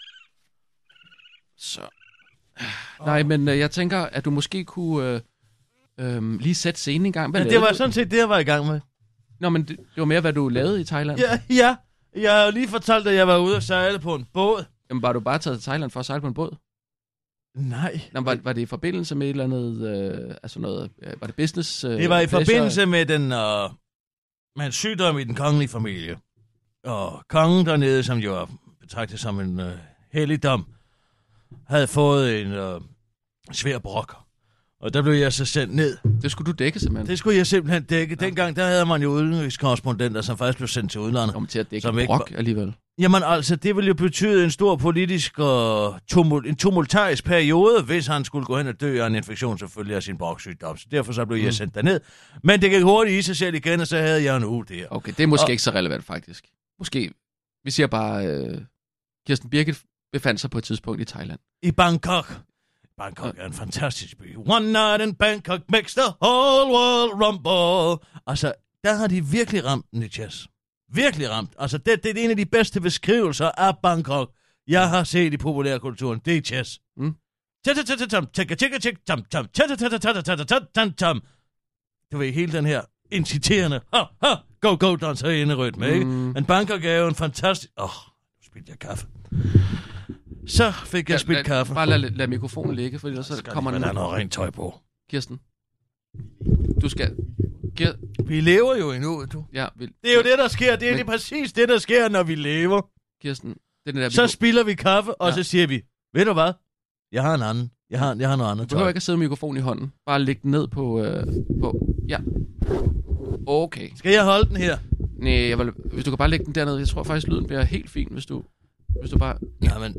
Så. Nej, men jeg tænker, at du måske kunne lige sætte scenen en gang. Ja, det var sådan set det, jeg var i gang med. Nå, men det var mere, hvad du lavede i Thailand. Ja. Jeg har jo lige fortalt, at jeg var ude at sejle på en båd. Jamen, var du bare taget til Thailand for at sejle på en båd? Nej. Nå, var det i forbindelse med et eller andet, var det business? Det var i forbindelse med med en sygdom i den kongelige familie. Og kongen dernede, som jo er betragtet som en helligdom, havde fået en svær brok. Og der blev jeg så sendt ned. Det skulle du dække, simpelthen? Det skulle jeg simpelthen dække. Ja. Dengang, der havde man jo udenrigskorrespondenter, som faktisk blev sendt til udlandet. Kom til at dække en brok alligevel. Jamen altså, det ville jo betyde en stor politisk og tumultarisk periode, hvis han skulle gå hen og dø af en infektion, selvfølgelig af sin broksygdom. Så derfor så blev jeg sendt derned. Men det gik hurtigt i sig selv igen, og så havde jeg en uge der. Okay, det er måske ikke så relevant, faktisk. Måske. Vi siger bare, Kirsten Birgit befandt sig på et tidspunkt i Thailand. I Bangkok. Bangkok er en fantastisk by. One night in Bangkok makes the whole world rumble. Altså, der har de virkelig ramt den i jazz. Virkelig ramt. Altså, det er en af de bedste beskrivelser af Bangkok, jeg har set i populærkulturen. Det er jazz. Du ved, hele den her inciterende go danser ind i rytme, ikke? Men Bangkok er jo en fantastisk... nu spildte jeg kaffe. Så fik jeg spildt kaffe. Bare lad mikrofonen ligge, fordi så kommer den... Der er noget rent tøj på. Kirsten, du skal... Vi lever jo endnu, du. Ja, det er jo det, der sker. Det er lige præcis det, der sker, når vi lever. Kirsten, det der... Så spilder vi kaffe, og så siger vi, ved du hvad? Jeg har en anden. Jeg har noget andet. Du behøver ikke at sidde med mikrofonen i hånden. Bare læg den ned på... Ja. Okay. Skal jeg holde den her? Nej, hvis du kan bare lægge den dernede. Jeg tror faktisk, lyden bliver helt fin, hvis du bare... Jamen,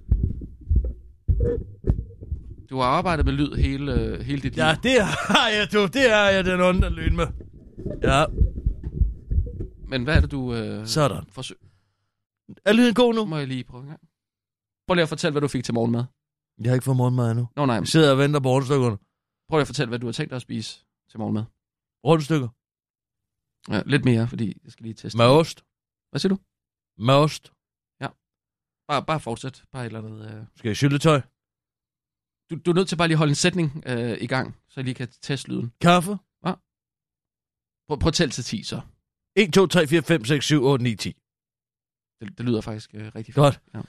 Du har arbejdet med lyd hele dit liv. ja, det har jeg, du. Det har jeg den underlyd med. Ja, Men hvad er det, du sådan. forsøger? Er lyden god nu? Må jeg lige prøve en gang? Prøv lige at fortælle, hvad du fik til morgenmad. Jeg har ikke fået morgenmad endnu. Nå nej, Jeg sidder og venter på rundstykkerne. prøv lige at fortælle, hvad du har tænkt dig at spise til morgenmad. Rundstykker. Ja, lidt mere, fordi jeg skal lige teste. Med ost. Hvad siger du? Med ost. Bare fortsæt. Bare et eller andet. Skal jeg syltetøj? Du er nødt til bare lige at holde en sætning i gang, så jeg lige kan teste lyden. Kaffe? Prøv at tælle til 10 så. 1, 2, 3, 4, 5, 6, 7, 8, 9, 10. Det lyder faktisk rigtig fint. Godt. Ja.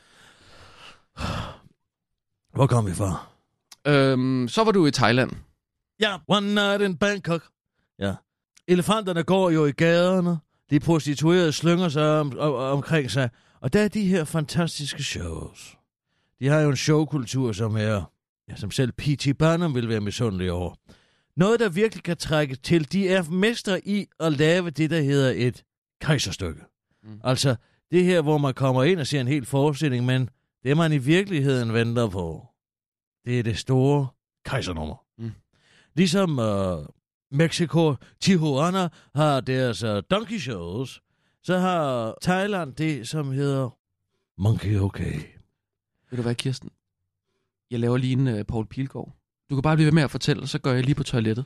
Hvor kom vi fra? Så var du i Thailand. Ja, one night in Bangkok. Ja. Elefanterne går jo i gaderne. De prostituerede slynger sig omkring sig. Og der er de her fantastiske shows. De har jo en showkultur, som selv P.T. Barnum vil være misundelig over. Noget, der virkelig kan trække til, de er mestre i at lave det, der hedder et kejserstykke. Altså, det her, hvor man kommer ind og ser en hel forestilling, men det, man i virkeligheden venter på, det er det store kejsernummer. Ligesom Mexico, Tijuana har deres donkey shows, så har Thailand det, som hedder Monkey Okay. Ved du hvad, Kirsten? Jeg laver lige en Poul Pilgaard. Du kan bare blive ved med at fortælle, så går jeg lige på toilettet.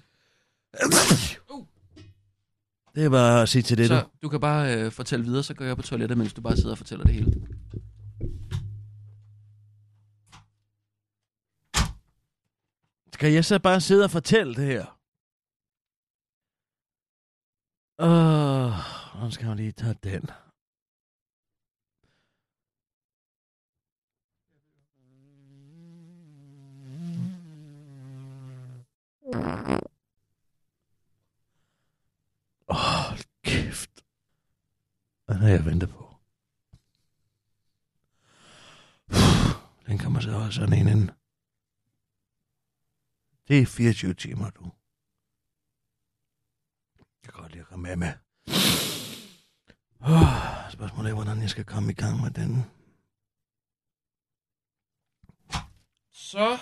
Det er bare at sige til det, så du kan bare fortælle videre, så går jeg på toilettet, mens du bare sidder og fortæller det hele. Skal jeg så bare sidde og fortælle det her? Nu skal jeg lige tage den. Kæft. Hvad har jeg ventet på? Den kommer så også sådan en ind. Det er 24 timer, du. Jeg kan godt lide at komme med. Spørgsmålet er, hvordan jeg skal komme i gang med den. Så.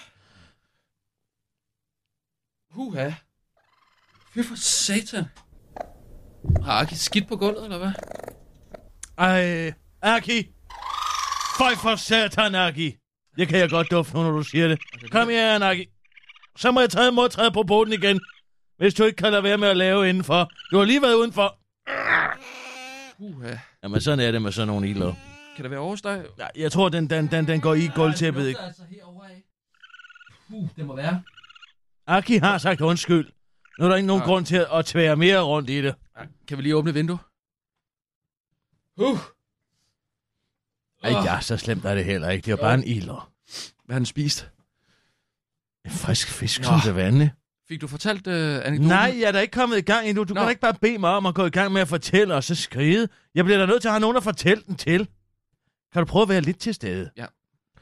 Huha. Fy for satan. Har Aki skidt på gulvet, eller hvad? Ej, Aki. Føj for satan, Aki. Det kan jeg godt dufte, når du siger det. Kom her, Aki. Så må jeg tage modtræde på båden igen. Hvis du ikke kan lade være med at lave indenfor. Du har lige været udenfor. Jamen, sådan er det med sådan nogle ilder. Kan det være oversteg? Ja, jeg tror, den går i gulvtæppet, ikke? Altså herovre af. Det må være. Aki har sagt undskyld. Nu er der ikke nogen grund til at tvære mere rundt i det. Kan vi lige åbne vinduet? Ej, ja, så slemt er det heller ikke. Det er bare en ilder. Hvad har han spist? En frisk fisk, som det vanlige. Fik du fortalt anekdoten? Nej, jeg er da ikke kommet i gang endnu. Du kan da ikke bare bede mig om at gå i gang med at fortælle og så skride. Jeg bliver da nødt til at have nogen at fortælle den til. Kan du prøve at være lidt til stede? Ja.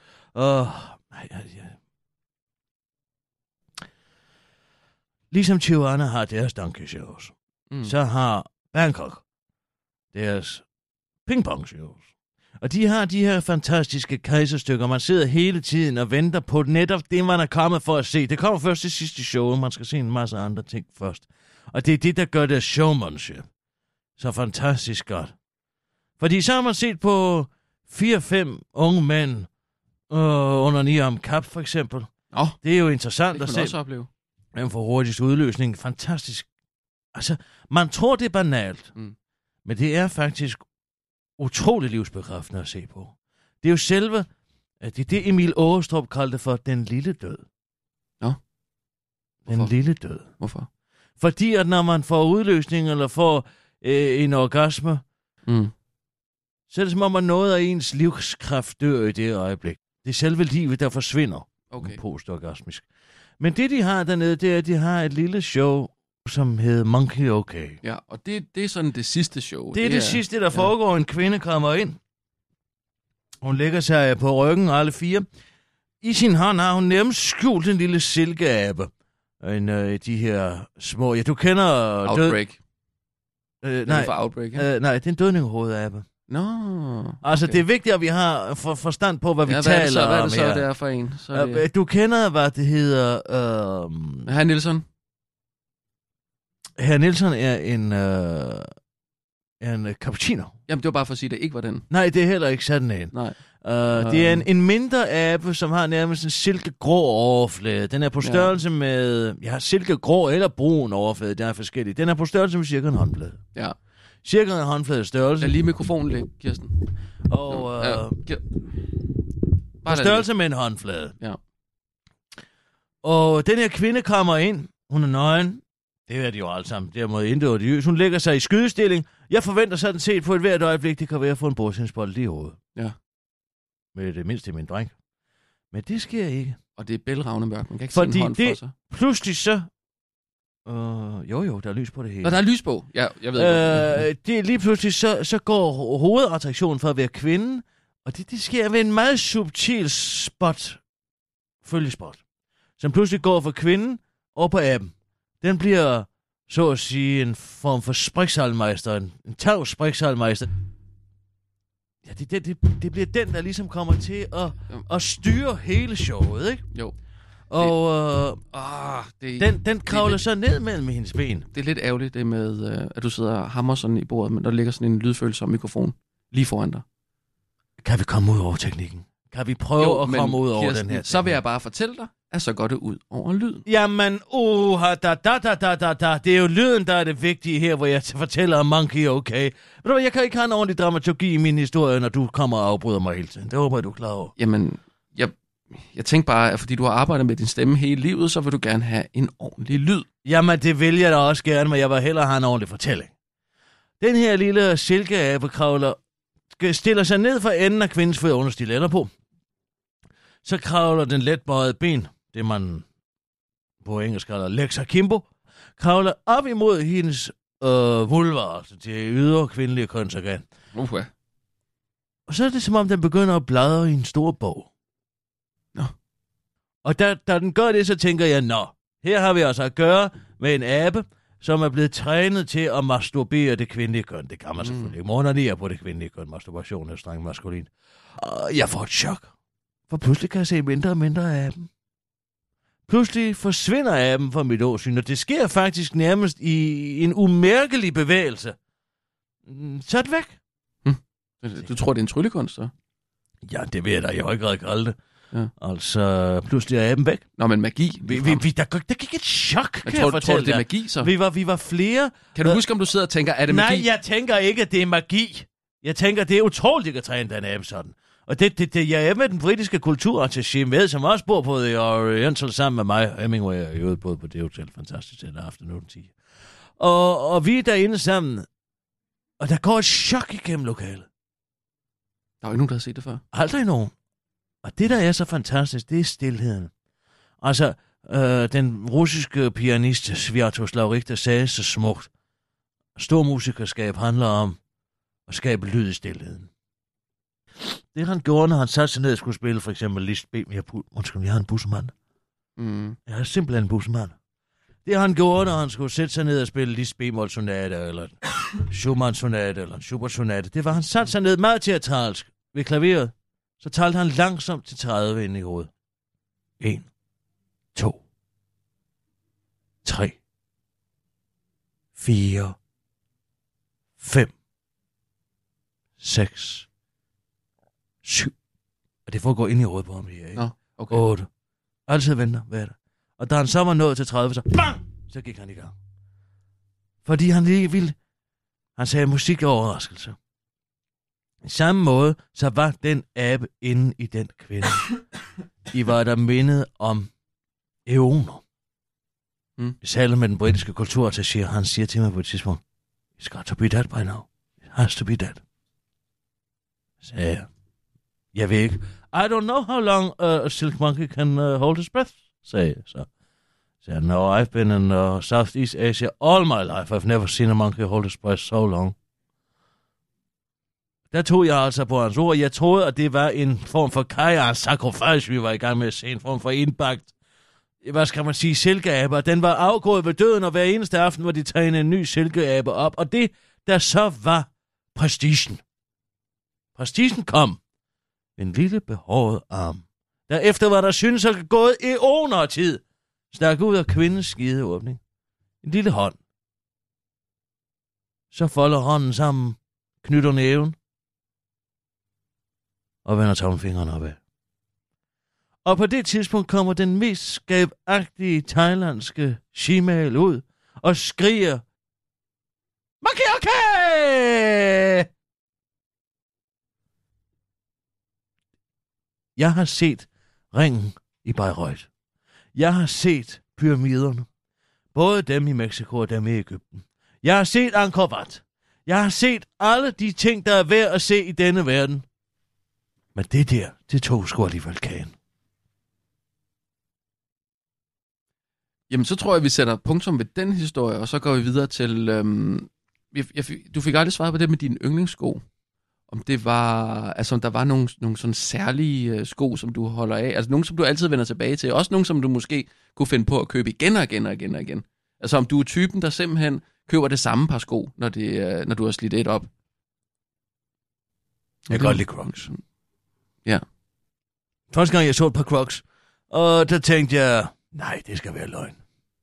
Ligesom Tijuana har deres donkey shows, så har Bangkok deres pingpong shows. Og de har de her fantastiske kejserstykker. Man sidder hele tiden og venter på netop det, man er kommet for at se. Det kommer først til sidste show, man skal se en masse andre ting først. Og det er det, der gør det showmanship så fantastisk godt. Fordi så har man set på 4-5 unge mænd under Niam Kap, for eksempel. Det er jo interessant at se. Også opleve. Den for hurtigst udløsning. Fantastisk. Altså, man tror, det er banalt. Men det er faktisk utroligt livsbekræftende at se på. Det er jo selve, det er det Emil Aarestrup kaldte for den lille død. Nå. Den lille død. Hvorfor? Fordi at når man får udløsning, eller får en orgasme, så er det som om, man noget af ens livskraft dør i det øjeblik. Det er selve livet, der forsvinder. Okay. Postorgasmisk. Men det, de har dernede, det er, at de har et lille show, som hedder Monkey Okay. Ja, og det er sådan det sidste show. Det er det sidste, der foregår. En kvinde kommer ind. Hun lægger sig på ryggen, alle 4. I sin hånd har hun nærmest skjult en lille silkeabe. De her små... Ja, du kender... Outbreak. Nej, for Outbreak, ja? nej, det er en dødningehovedabe. Nå, okay. Altså, det er vigtigt, at vi har forstand på, hvad vi taler om. Hvad er det så, det er for en? Så det... Du kender, hvad det hedder... Herr Nielsen? Herr Nielsen er en cappuccino. Jamen, det var bare for at sige, at det ikke var den. Nej, det er heller ikke sådan en. Nej. Det er en mindre abe, som har nærmest en silkegrå overflade. Den er på størrelse med... silkegrå eller brun overflade, der er forskellige. Den er på størrelse med cirka en håndflade. Ja. Cirka en håndflade størrelse. Der er lige mikrofonen lidt, Kirsten. Og på størrelse med en håndflade. Ja. Og den her kvinde kommer ind. Hun er nøgen. Det er de jo alle sammen. Dermed intet. Hun lægger sig i skydestilling. Jeg forventer sådan set på et hvert øjeblik, det kan være at få en bordsindsbold lige i hovedet. Ja. Med det mindste min dreng. Men det sker ikke. Og det er bælragende mørkt. Man kan ikke se en hånd for sig. Pludselig så... der er lys på det hele. Nå, der er lys på. Ja, jeg ved ikke. Det er lige pludselig, så går hovedattraktionen for at være kvinden, og det sker ved en meget subtil følgespot, som pludselig går fra kvinden over på aben. Den bliver, så at sige, en form for spriksalmeister, en tavs spriksalmeister. Ja, det bliver den, der ligesom kommer til at styre hele showet, ikke? Jo. Og den kravler så ned mellem hendes ben. Det er lidt ærgerligt, det med, at du sidder og hammer sådan i bordet, men der ligger sådan en lydfølsom mikrofon lige foran dig. Kan vi komme ud over teknikken? Kan vi prøve at komme ud over Kirsten, den her teknik? Så vil jeg bare fortælle dig, at så går det ud over lyden. Jamen, det er jo lyden, der er det vigtige her, hvor jeg fortæller om Monkey okay. Men jeg kan ikke have en ordentlig dramaturgi i min historie, når du kommer og afbryder mig hele tiden. Det håber jeg, du er klar over. Jamen, jeg tænker bare, at fordi du har arbejdet med din stemme hele livet, så vil du gerne have en ordentlig lyd. Jamen, det vil jeg da også gerne, men jeg vil hellere have en ordentlig fortælling. Den her lille silkeabekravler stiller sig ned for enden af kvindens fødder under stiletter på. Så kravler den letbøjede ben, det man på engelsk kalder lex akimbo, kravler op imod hendes vulva, altså det ydre kvindelige kønsorgan. Okay. Og så er det som om, den begynder at bladre i en stor bog. Nå. Og da den gør det, så tænker jeg, her har vi altså at gøre med en abe, som er blevet trænet til at masturbere det kvindelige køn. Det kan man selvfølgelig ikke. Mornerne på det kvindelige køn. Masturbation er strengt maskulin. Og jeg får et chok. For pludselig kan jeg se mindre og mindre af aben. Pludselig forsvinder aben fra mit åsyn, og det sker faktisk nærmest i en umærkelig bevægelse. Så er det væk. Du tror, det er en tryllekunst, så? Ja, det ved jeg da. Jeg har ikke rigtig det. Ja. Altså, pludselig er aben væk. Nå, men magi. Der gik et chok, kan jeg fortælle. Tror du, det er magi, så? Vi var flere. Kan du huske, om du sidder og tænker, er det magi? Nej, jeg tænker ikke, at det er magi. Jeg tænker, det er utroligt at træne den abe sådan. Og jeg er med den britiske kulturattaché med, som også bor på The Oriental sammen med mig. Hemingway er jo både på det hotel. Fantastisk til aften 10. Og vi er derinde sammen. Og der går et chok igennem lokalet. Der er jo ikke nogen, der har set det før. Aldrig nogen. Og det, der er så fantastisk, det er stilheden. Altså, den russiske pianist Sviatoslav Richter sagde så smukt. Stor musikerskab handler om at skabe lyd i stilheden. Det han gjorde, når han satte sig ned og skulle spille for eksempel Liszt B-mol. Undskyld, jeg har en bussemand. Jeg er simpelthen en bussemand. Det han gjorde, når han skulle sætte sig ned og spille Liszt B-mol-sonate, eller Schumann-sonate, eller en Schubert-sonate, det var, han satte sig ned meget teatralsk ved klaveret. Så talte han langsomt til 30 ind i hovedet. 1, 2, 3, 4, 5, 6, 7. Og det foregår ind i hovedet på ham her, ikke? Nå, okay. 8. Altid venter, hvad er det? Og da han så var nået til 30, så bang! Så gik han i gang. Fordi han lige ville. Han sagde musik og overraskelse. I samme måde, så var den abe inde i den kvinde. De var der mindet om eoner. Jeg talte med den britiske kulturattaché, og han siger til mig på et tidspunkt, It's got to be that by now. It has to be that. Så sagde jeg ved ikke. I don't know how long a silk monkey can hold his breath, sagde jeg så. Så no, I've been in Southeast Asia all my life. I've never seen a monkey hold his breath so long. Der tog jeg altså på hans ord. Jeg troede, at det var en form for Kaja-sakrofage, vi var i gang med at se. En form for indbagt, hvad skal man sige, silkeaber. Den var afgået ved døden, og hver eneste aften var de trænet en ny silkeaber op. Og det der så var prestigen. Præstisen kom. En lille behåret arm. Derefter var der synes at gået æoner tid. Stak ud af kvindens skideåbning. En lille hånd. Så folder hånden sammen, knytter næven og vender tommelfingeren opad. Og på det tidspunkt kommer den mest skabagtige thailandske shimal ud og skriger: Makiake! Jeg har set ringen i Bayreuth. Jeg har set pyramiderne. Både dem i Mexico og dem i Egypten. Jeg har set Angkor Wat. Jeg har set alle de ting, der er værd at se i denne verden. Men det tog sgu alligevel kagen. Jamen, så tror jeg, vi sætter punktum ved den historie, og så går vi videre til... du fik aldrig svaret på det med dine yndlingssko. Om det var... Altså, om der var nogle sådan særlige sko, som du holder af. Altså, nogle, som du altid vender tilbage til. Også nogle, som du måske kunne finde på at købe igen og igen og igen og igen. Altså, om du er typen, der simpelthen køber det samme par sko, når du har slidt et op. Jeg kan godt lide Crocs. Ja. Første gang, jeg så et par Crocs, og der tænkte jeg, nej, det skal være løgn.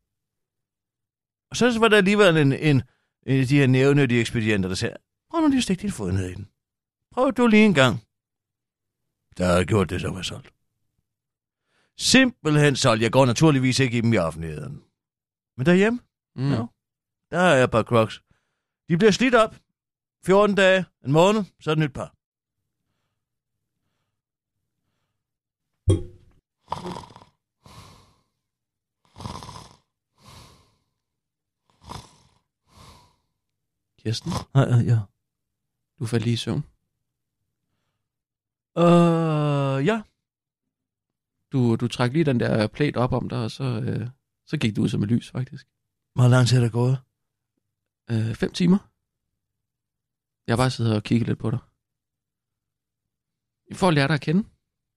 Og så var der alligevel en af de her nævnyttige ekspedienter, der sagde, prøv nu lige at stikke din fod ned i den. Prøv du lige en gang. Der har gjort det, så var solgt. Simpelthen solgt. Jeg går naturligvis ikke i dem i offentligheden. Men derhjemme, ja, der er jeg bare Crocs. De bliver slidt op. 14 dage, en måned, så er det et nyt par. Kirsten? Ja. Du faldt lige i søvn. Ja. Du trak lige den der plæt op om dig, og så gik du ud som et lys, faktisk. Hvor lang tid er der gået? 5 timer. Jeg har bare siddet og kigget lidt på dig. Jeg får at lære dig at kende.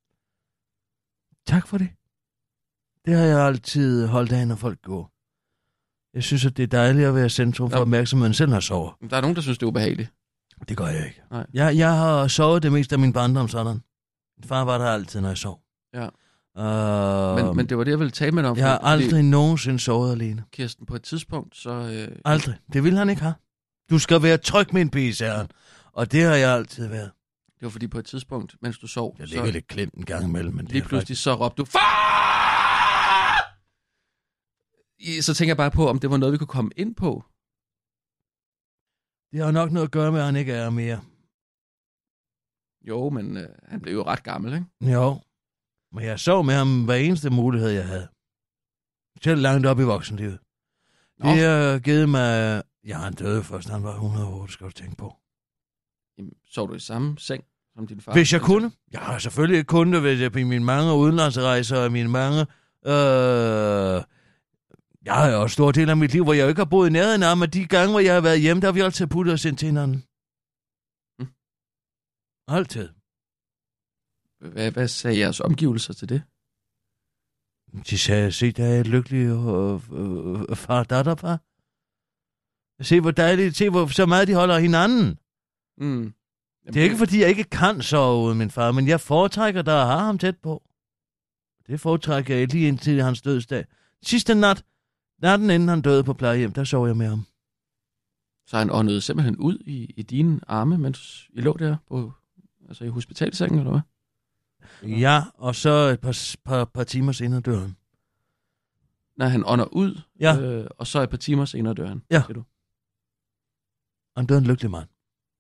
Tak for det. Det har jeg altid holdt af, når folk går. Jeg synes, at det er dejligt at være centrum for opmærksomheden, selv når jeg sover. Der er nogen, der synes, det er ubehageligt. Det gør jeg ikke. Nej. Jeg har sovet det meste af min barndom sådan. Min far var der altid, når jeg sov. Ja. Men det var det, jeg ville tale med dig om. Jeg har aldrig nogensinde sovet alene. Kirsten, på et tidspunkt, så... Aldrig. Det ville han ikke have. Du skal være tryg, min pige, sagde han. Og det har jeg altid været. Det var fordi på et tidspunkt, mens du sov... Jeg ligger lidt klemt en gang imellem, men lige pludselig så råbte du... Far! Så tænker jeg bare på, om det var noget, vi kunne komme ind på. Det har nok noget at gøre med, at han ikke er mere. Jo, men han blev jo ret gammel, ikke? Jo. Men jeg sov med ham hver eneste mulighed, jeg havde. Selv langt op i voksenlivet. Nå. Det har givet mig... Ja, han døde først, han var 100 år, det skal du tænke på. Jamen, sov du i samme seng som din far? Hvis jeg kunne. Jeg har selvfølgelig ikke kunnet, hvis jeg på mine mange udenlandsrejser og mine mange... Jeg har jo også stor del af mit liv, hvor jeg ikke har boet i nærheden af, men de gange, hvor jeg har været hjemme, der har vi altid puttet os ind til hinanden. Altid. Hvad sagde jeres omgivelser til det? De sagde, se, der er et lykkeligt far-datter-par. Se, hvor dejligt. Se, hvor så meget de holder af hinanden. Jamen, det er ikke, fordi jeg ikke kan sove uden min far, men jeg foretrækker, der har ham tæt på. Det foretrækker jeg lige indtil hans dødsdag. Sidste natten inden han døde på plejehjem, der sov jeg med ham. Så han åndede simpelthen ud i dine arme, mens I lå der på, altså i hospitalsengen, eller hvad? Ja, og så et par timer senere dør han. Når han ånder ud, ja. Og så et par timer senere dør han, ja. Siger du? Han dør en lykkelig mand.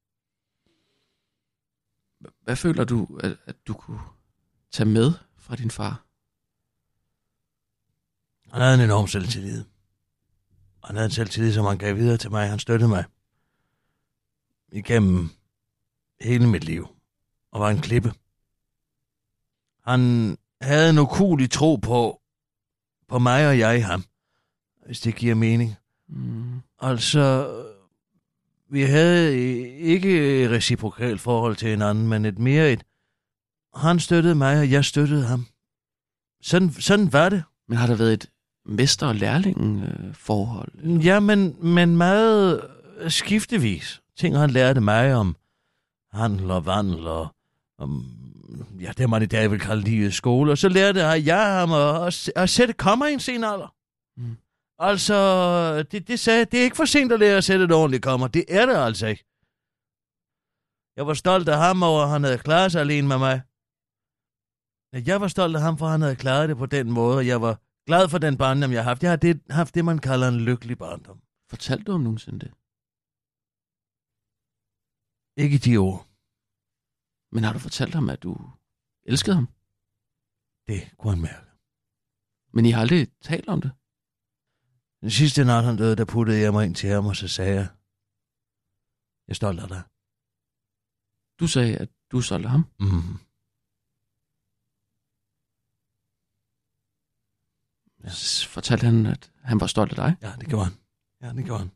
Hvad føler du, at du kunne tage med fra din far? Han havde en enorm selvtillid. Han havde en selvtillid, som han gav videre til mig. Han støttede mig igennem hele mit liv. Og var en klippe. Han havde en ukuelig tro på mig og jeg i ham. Hvis det giver mening. Altså, vi havde ikke et reciprokalt forhold til hinanden, men han støttede mig, og jeg støttede ham. Sådan var det. Men har der været et mester- og lærling forhold? Ja, men meget skiftevis. Ting, han lærte mig om handel og vandel og om, ja, det man i dag vil kalde livets skole. Og så lærte jeg ham at sætte komma i en sen alder. Mm. Altså, det sagde, det er ikke for sent at lære at sætte et ordentligt komma. Det er det altså ikke. Jeg var stolt af ham over, at han havde klaret sig alene med mig. Jeg var stolt af ham, for han havde klaret det på den måde, og jeg var glad for den barndom, jeg har haft. Jeg har haft det, man kalder en lykkelig barndom. Fortalte du om nogensinde det? Ikke i de ord. Men har du fortalt ham, at du elskede ham? Det kunne han mærke. Men I har aldrig talt om det? Den sidste nat, han døde, der puttede jeg mig ind til ham, og så sagde jeg er stolt af dig. Du sagde, at du er stolt af ham? Mm. Ja. Fortalte han, at han var stolt af dig? Ja, det gjorde han.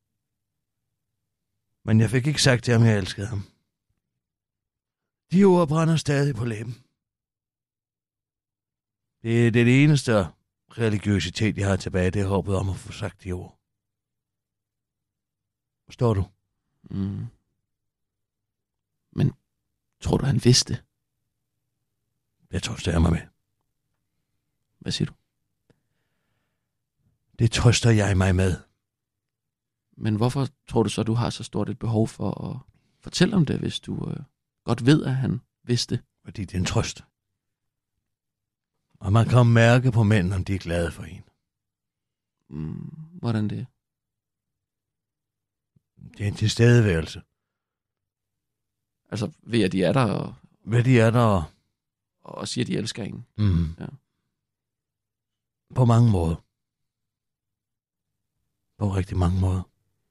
Men jeg fik ikke sagt til ham, at jeg elskede ham. De ord brænder stadig på læben. Det er det eneste religiøsitet, jeg har tilbage. Det er håbet om at få sagt de ord. Forstår du? Mm. Men tror du, han vidste? Det trøster jeg mig med. Hvad siger du? Det trøster jeg mig med. Men hvorfor tror du så, du har så stort et behov for at fortælle om det, hvis du godt ved, at han vidste? Fordi det er en trøst. Og man kan mærke på mænd, om de er glade for en. Hvordan det? Det er en tilstedeværelse. Altså ved at de er der Ved de er der og siger, at de elsker en. Ja. På mange måder. På rigtig mange måder.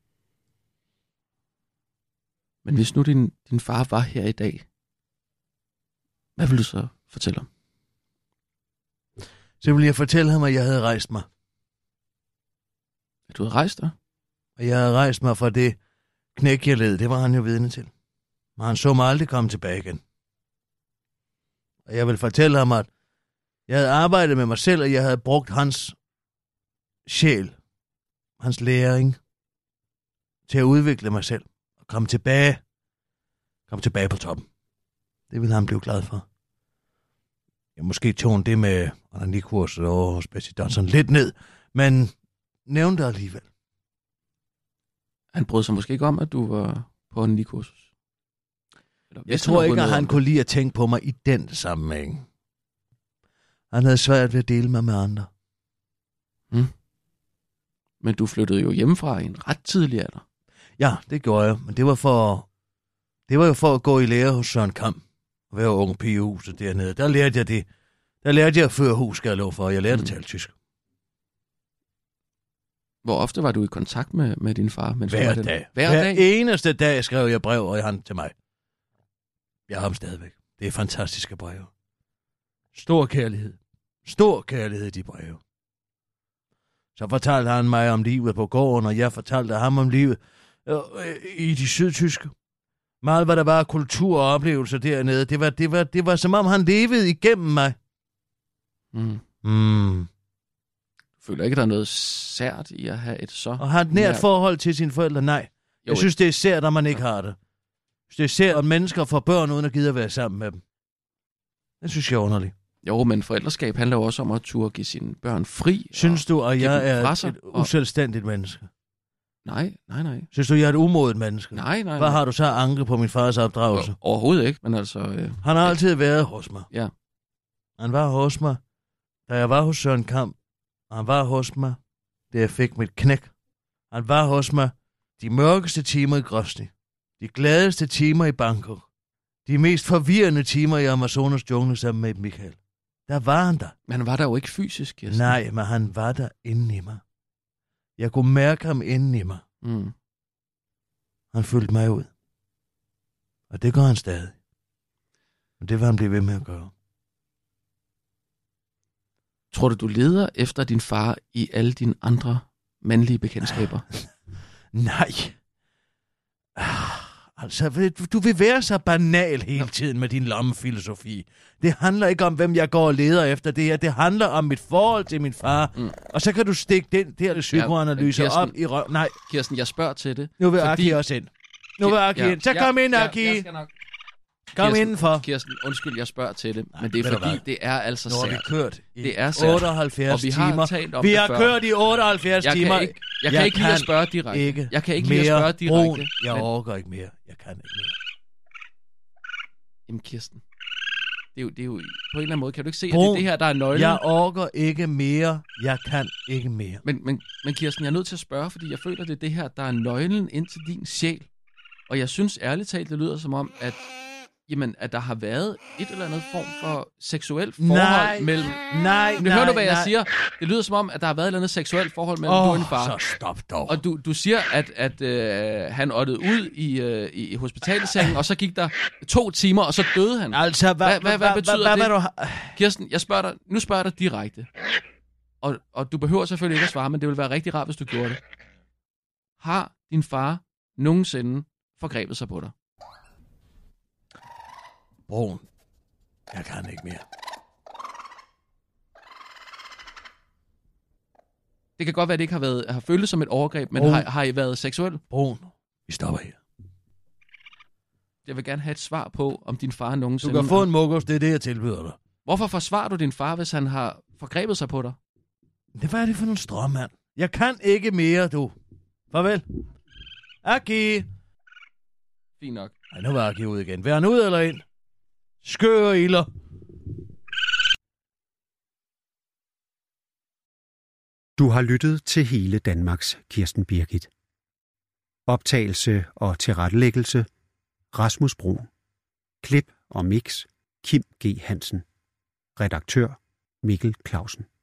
Men hvis nu din far var her i dag, hvad vil du så fortælle om? Så ville jeg fortælle ham, at jeg havde rejst mig. At du havde rejst dig? Og jeg havde rejst mig fra det knæk, jeg led. Det var han jo vidne til. Men han så mig aldrig komme tilbage igen. Og jeg vil fortælle ham, at jeg havde arbejdet med mig selv, og jeg havde brugt hans sjæl, hans læring, til at udvikle mig selv. Og komme tilbage på toppen. Det ville han blive glad for. Jeg måske tog det med onanikurset over hos Bessie Johnson lidt ned, men nævnte det alligevel. Han brød sig måske ikke om, at du var på onanikursus? Jeg tror ikke, at han kunne lide at tænke på mig i den sammenhæng. Han havde svært ved at dele mig med andre. Men du flyttede jo hjemmefra i en ret tidlig alder. Ja, det gjorde jeg, men det var jo for at gå i lære hos Søren Kam. Og være ung pige i huset dernede. Der lærte jeg det. Der lærte jeg at føre hus, skal jeg love for. Jeg lærte at tale tysk. Hvor ofte var du i kontakt med din far? Hver dag. Hver eneste dag skrev jeg brev, og han til mig. Jeg har ham stadigvæk. Det er fantastiske breve. Stor kærlighed, de breve. Så fortalte han mig om livet på gården, og jeg fortalte ham om livet i de sydtyske. Meget, hvad der var kultur og oplevelser dernede. Det var som om han levede igennem mig. Du føler ikke, der er noget sært i at have et så... Og have et nært forhold til sine forældre? Nej. Jeg synes, det er sært, når man ikke har det. Det er sært, at mennesker får børn, uden at gide at være sammen med dem. Det synes jeg er underligt. Jo, men forældreskab handler jo også om at turde give sine børn fri. Synes du, at jeg er et uselvstændigt menneske? Nej. Synes du, jeg er et umodet menneske? Nej. Hvad har du så anke på min fars opdragelse? Overhovedet ikke, men altså... Han har altid været hos mig. Ja. Han var hos mig, da jeg var hos Søren Kam. Han var hos mig, da jeg fik mit knæk. Han var hos mig de mørkeste timer i Grosny. De gladeste timer i Bangkok. De mest forvirrende timer i Amazonas jungle sammen med Michael. Der var han der. Men han var der jo ikke fysisk, Kirsten. Nej, men han var der inde i mig. Jeg kunne mærke ham inde i mig. Han fyldte mig ud. Og det gør han stadig. Og det vil han blive ved med at gøre. Tror du leder efter din far i alle dine andre mandlige bekendtskaber? Nej. Altså, du vil være så banal hele tiden med din lommefilosofi. Det handler ikke om, hvem jeg går og leder efter det her. Det handler om mit forhold til min far. Og så kan du stikke den der psykoanalyse op i røv. Nej. Kirsten, jeg spørger til det. Nu vil Aki også ind. ind. Så kom ind, Aki. Jeg skal nok. Kom indenfor. Kirsten, undskyld, jeg spørger til det, men det er fordi, det er altså sært. Nu har vi kørt i det er sært. 78 timer. Og vi har talt om det før. Vi har kørt i 78 timer. Jeg kan ikke lide at spørge direkte. Jeg kan ikke lide at spørge direkte. Jeg overgår ikke mere. Jeg kan ikke mere. Jamen, Kirsten. Det er jo på en eller anden måde. Kan du ikke se, at det er det her, der er nøglen? Jeg overgår ikke mere. Jeg kan ikke mere. Men Kirsten, jeg er nødt til at spørge, fordi jeg føler, det er det her, der er nøglen ind til din sjæl. Og jeg synes ærligt talt, det lyder som om, at der har været et eller andet form for seksuelt forhold mellem... Hør du, hvad jeg siger? Det lyder som om, at der har været et eller andet seksuelt forhold mellem du og din far. Så stop dog. Og du siger, at han åndede ud i hospitalsengen, og så gik der 2 timer, og så døde han. Altså, hvad betyder det? Kirsten, nu spørger jeg dig direkte. Og du behøver selvfølgelig ikke at svare, men det ville være rigtig rart, hvis du gjorde det. Har din far nogensinde forgrebet sig på dig? Broen, jeg kan ikke mere. Det kan godt være, at det ikke har føltes som et overgreb, men har I været seksuel? Broen, vi stopper her. Jeg vil gerne have et svar på, om din far nogensinde... Du kan få en mukkos, det er det, jeg tilbyder dig. Hvorfor forsvarer du din far, hvis han har forgrebet sig på dig? Hvad er det for en strømmand? Jeg kan ikke mere, du. Farvel. Aki. Fint nok. Ej, nu var Aki ud igen. Vil han ud eller ind? Skør ilder. Du har lyttet til Hele Danmarks Kirsten Birgit. Optagelse og tilrettelæggelse Rasmus Bruun. Klip og mix Kim G. Hansen. Redaktør Mikkel Clausen.